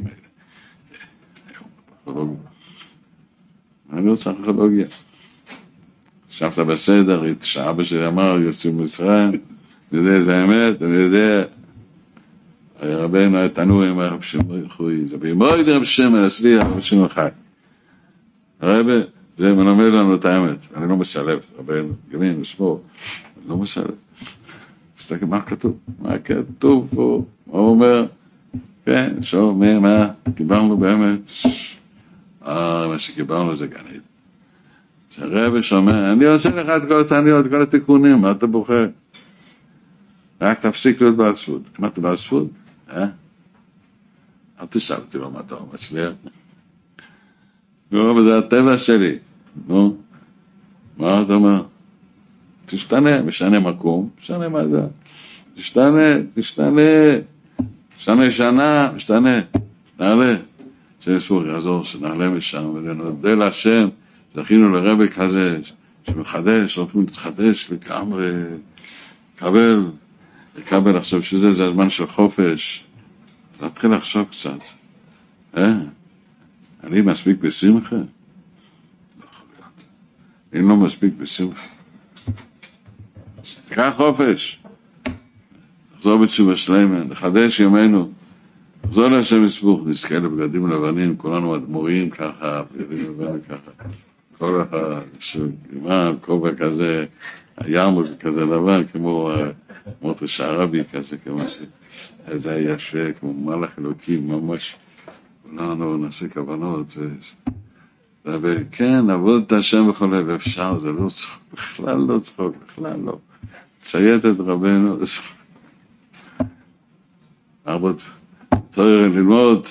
האלה. אני רוצה ארכיאולוגיה. חשבת בסדר, שאבא שלי אמר, יוצאים מישראל, אני יודע, זה האמת, אני יודע, רבנו היה תנוע עם הרב שמואל חוי, זה בימוי דרב שמן, אצלי הרב שמואל חי. הרב, זה מלמד לנו את האמת, אני לא משלב, רבנו, גמין, לשמור, אני לא משלב. תסתכל, מה כתוב? מה כתוב פה? מה הוא אומר? כן, שוב, מה, מה, קיבלנו באמת, אה, מה שקיבלנו זה גן עדן. שהרב שומע, אני עושה לך את כל התעניות, כל התיקונים, מה אתה בוחר? רק תפסיק להיות בעצבות. מה אתה בעצבות? אה? אל תשאל אותי לו מה אתה מצליח. נו, זה הטבע שלי. נו, מה אתה אומר? תשתנה, משנה מקום, משנה מה זה. תשתנה, תשתנה, משנה שנה, משתנה, נעלה. שיספור יעזור, שנעלה משם, ונודה להשם, זכינו לרבי כזה, שמחדש, לא פעמים תחדש, לגמרי, לקבל, לקבל עכשיו שזה, זה הזמן של חופש, להתחיל לחשוב קצת. אה? אני מספיק בשמחה? לא יכול להיות. אני לא מספיק בשמחה. קח חופש. נחזור בתשובה שלמה, נחדש יומנו. נחזור להשם יסבוך, נזכה לבגדים לבנים, כולנו אדמו"רים ככה, בגדים לבנים ככה. כל אחד, שגרימה, כובע כזה, הירמוק כזה לבן, כמו מוטר שערבי כזה, כמו שזה היה יפה, כמו מלאך אלוקים, ממש. כולנו נעשה כוונות, וכן, נעבוד את השם בכל לב, אפשר, זה לא צחוק, בכלל לא צחוק, בכלל לא. ציית את רבנו, לעבוד, תויר ללמוד,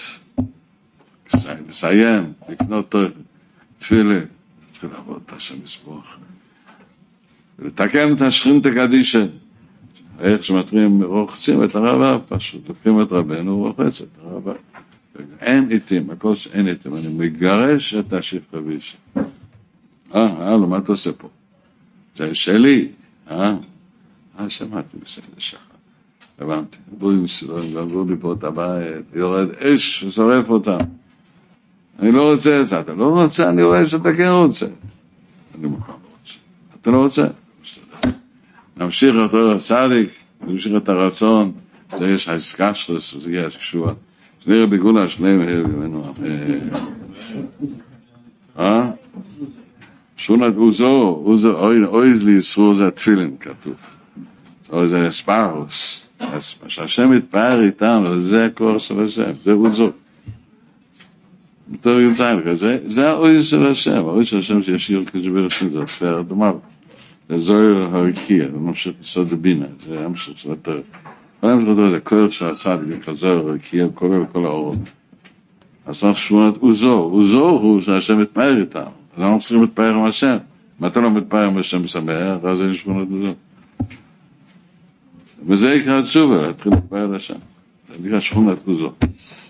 לסיים, לקנות תפילה, צריך לעבוד את השם יסבוך. ולתקן את השכינת הקדישה, איך שמטרים, רוחצים את הרבה, פשוט לוקחים את רבנו, רוחץ את הרבה. אין איתים, הכל שאין איתים, אני מגרש את השפחה בישה. אה, אה, לא, מה אתה עושה פה? זה שלי, אה? אה, שמעתי בסדר, שחר. הבנתי, בואי מסורים, גמרו לי פה את הבית, יורד אש, שורף אותם. אני לא רוצה את זה, אתה לא רוצה, אני רואה שאתה כן רוצה. אני מוכן לא רוצה. אתה לא רוצה? בסדר. נמשיך אותו לצדיק, נמשיך את הרצון, זה יש העסקה שלו, זה יהיה השקשוע. שנראה בגולה השלם, ממנו, אה? שונת עוזו, עוזו, אויז לי ישרו זה התפילין כתוב. או זה ספרוס. אז מה שהשם מתפאר איתנו, זה הכוח של השם, זה עוזו. בתור יוצאים כזה, זה האויז של השם, האויז של השם שישיר כג'בר השם, זה הספר הדומה. זה זוהר הרקיע, זה ממשיך לסוד הבינה, זה המשך של התור. כל המשך של זה, כל של הצדיק, כזוהר הרקיע, כולל כל האורות. אז צריך שונת עוזו, עוזו הוא שהשם מתפאר איתם. אז אנחנו צריכים להתפאר עם השם. מה אתה לא מתפאר עם השם שמח, אז אין שונת עוזו. וזה יקרא תשובה, להתחיל להתפאר לשם. זה נקרא שכונת עוזו.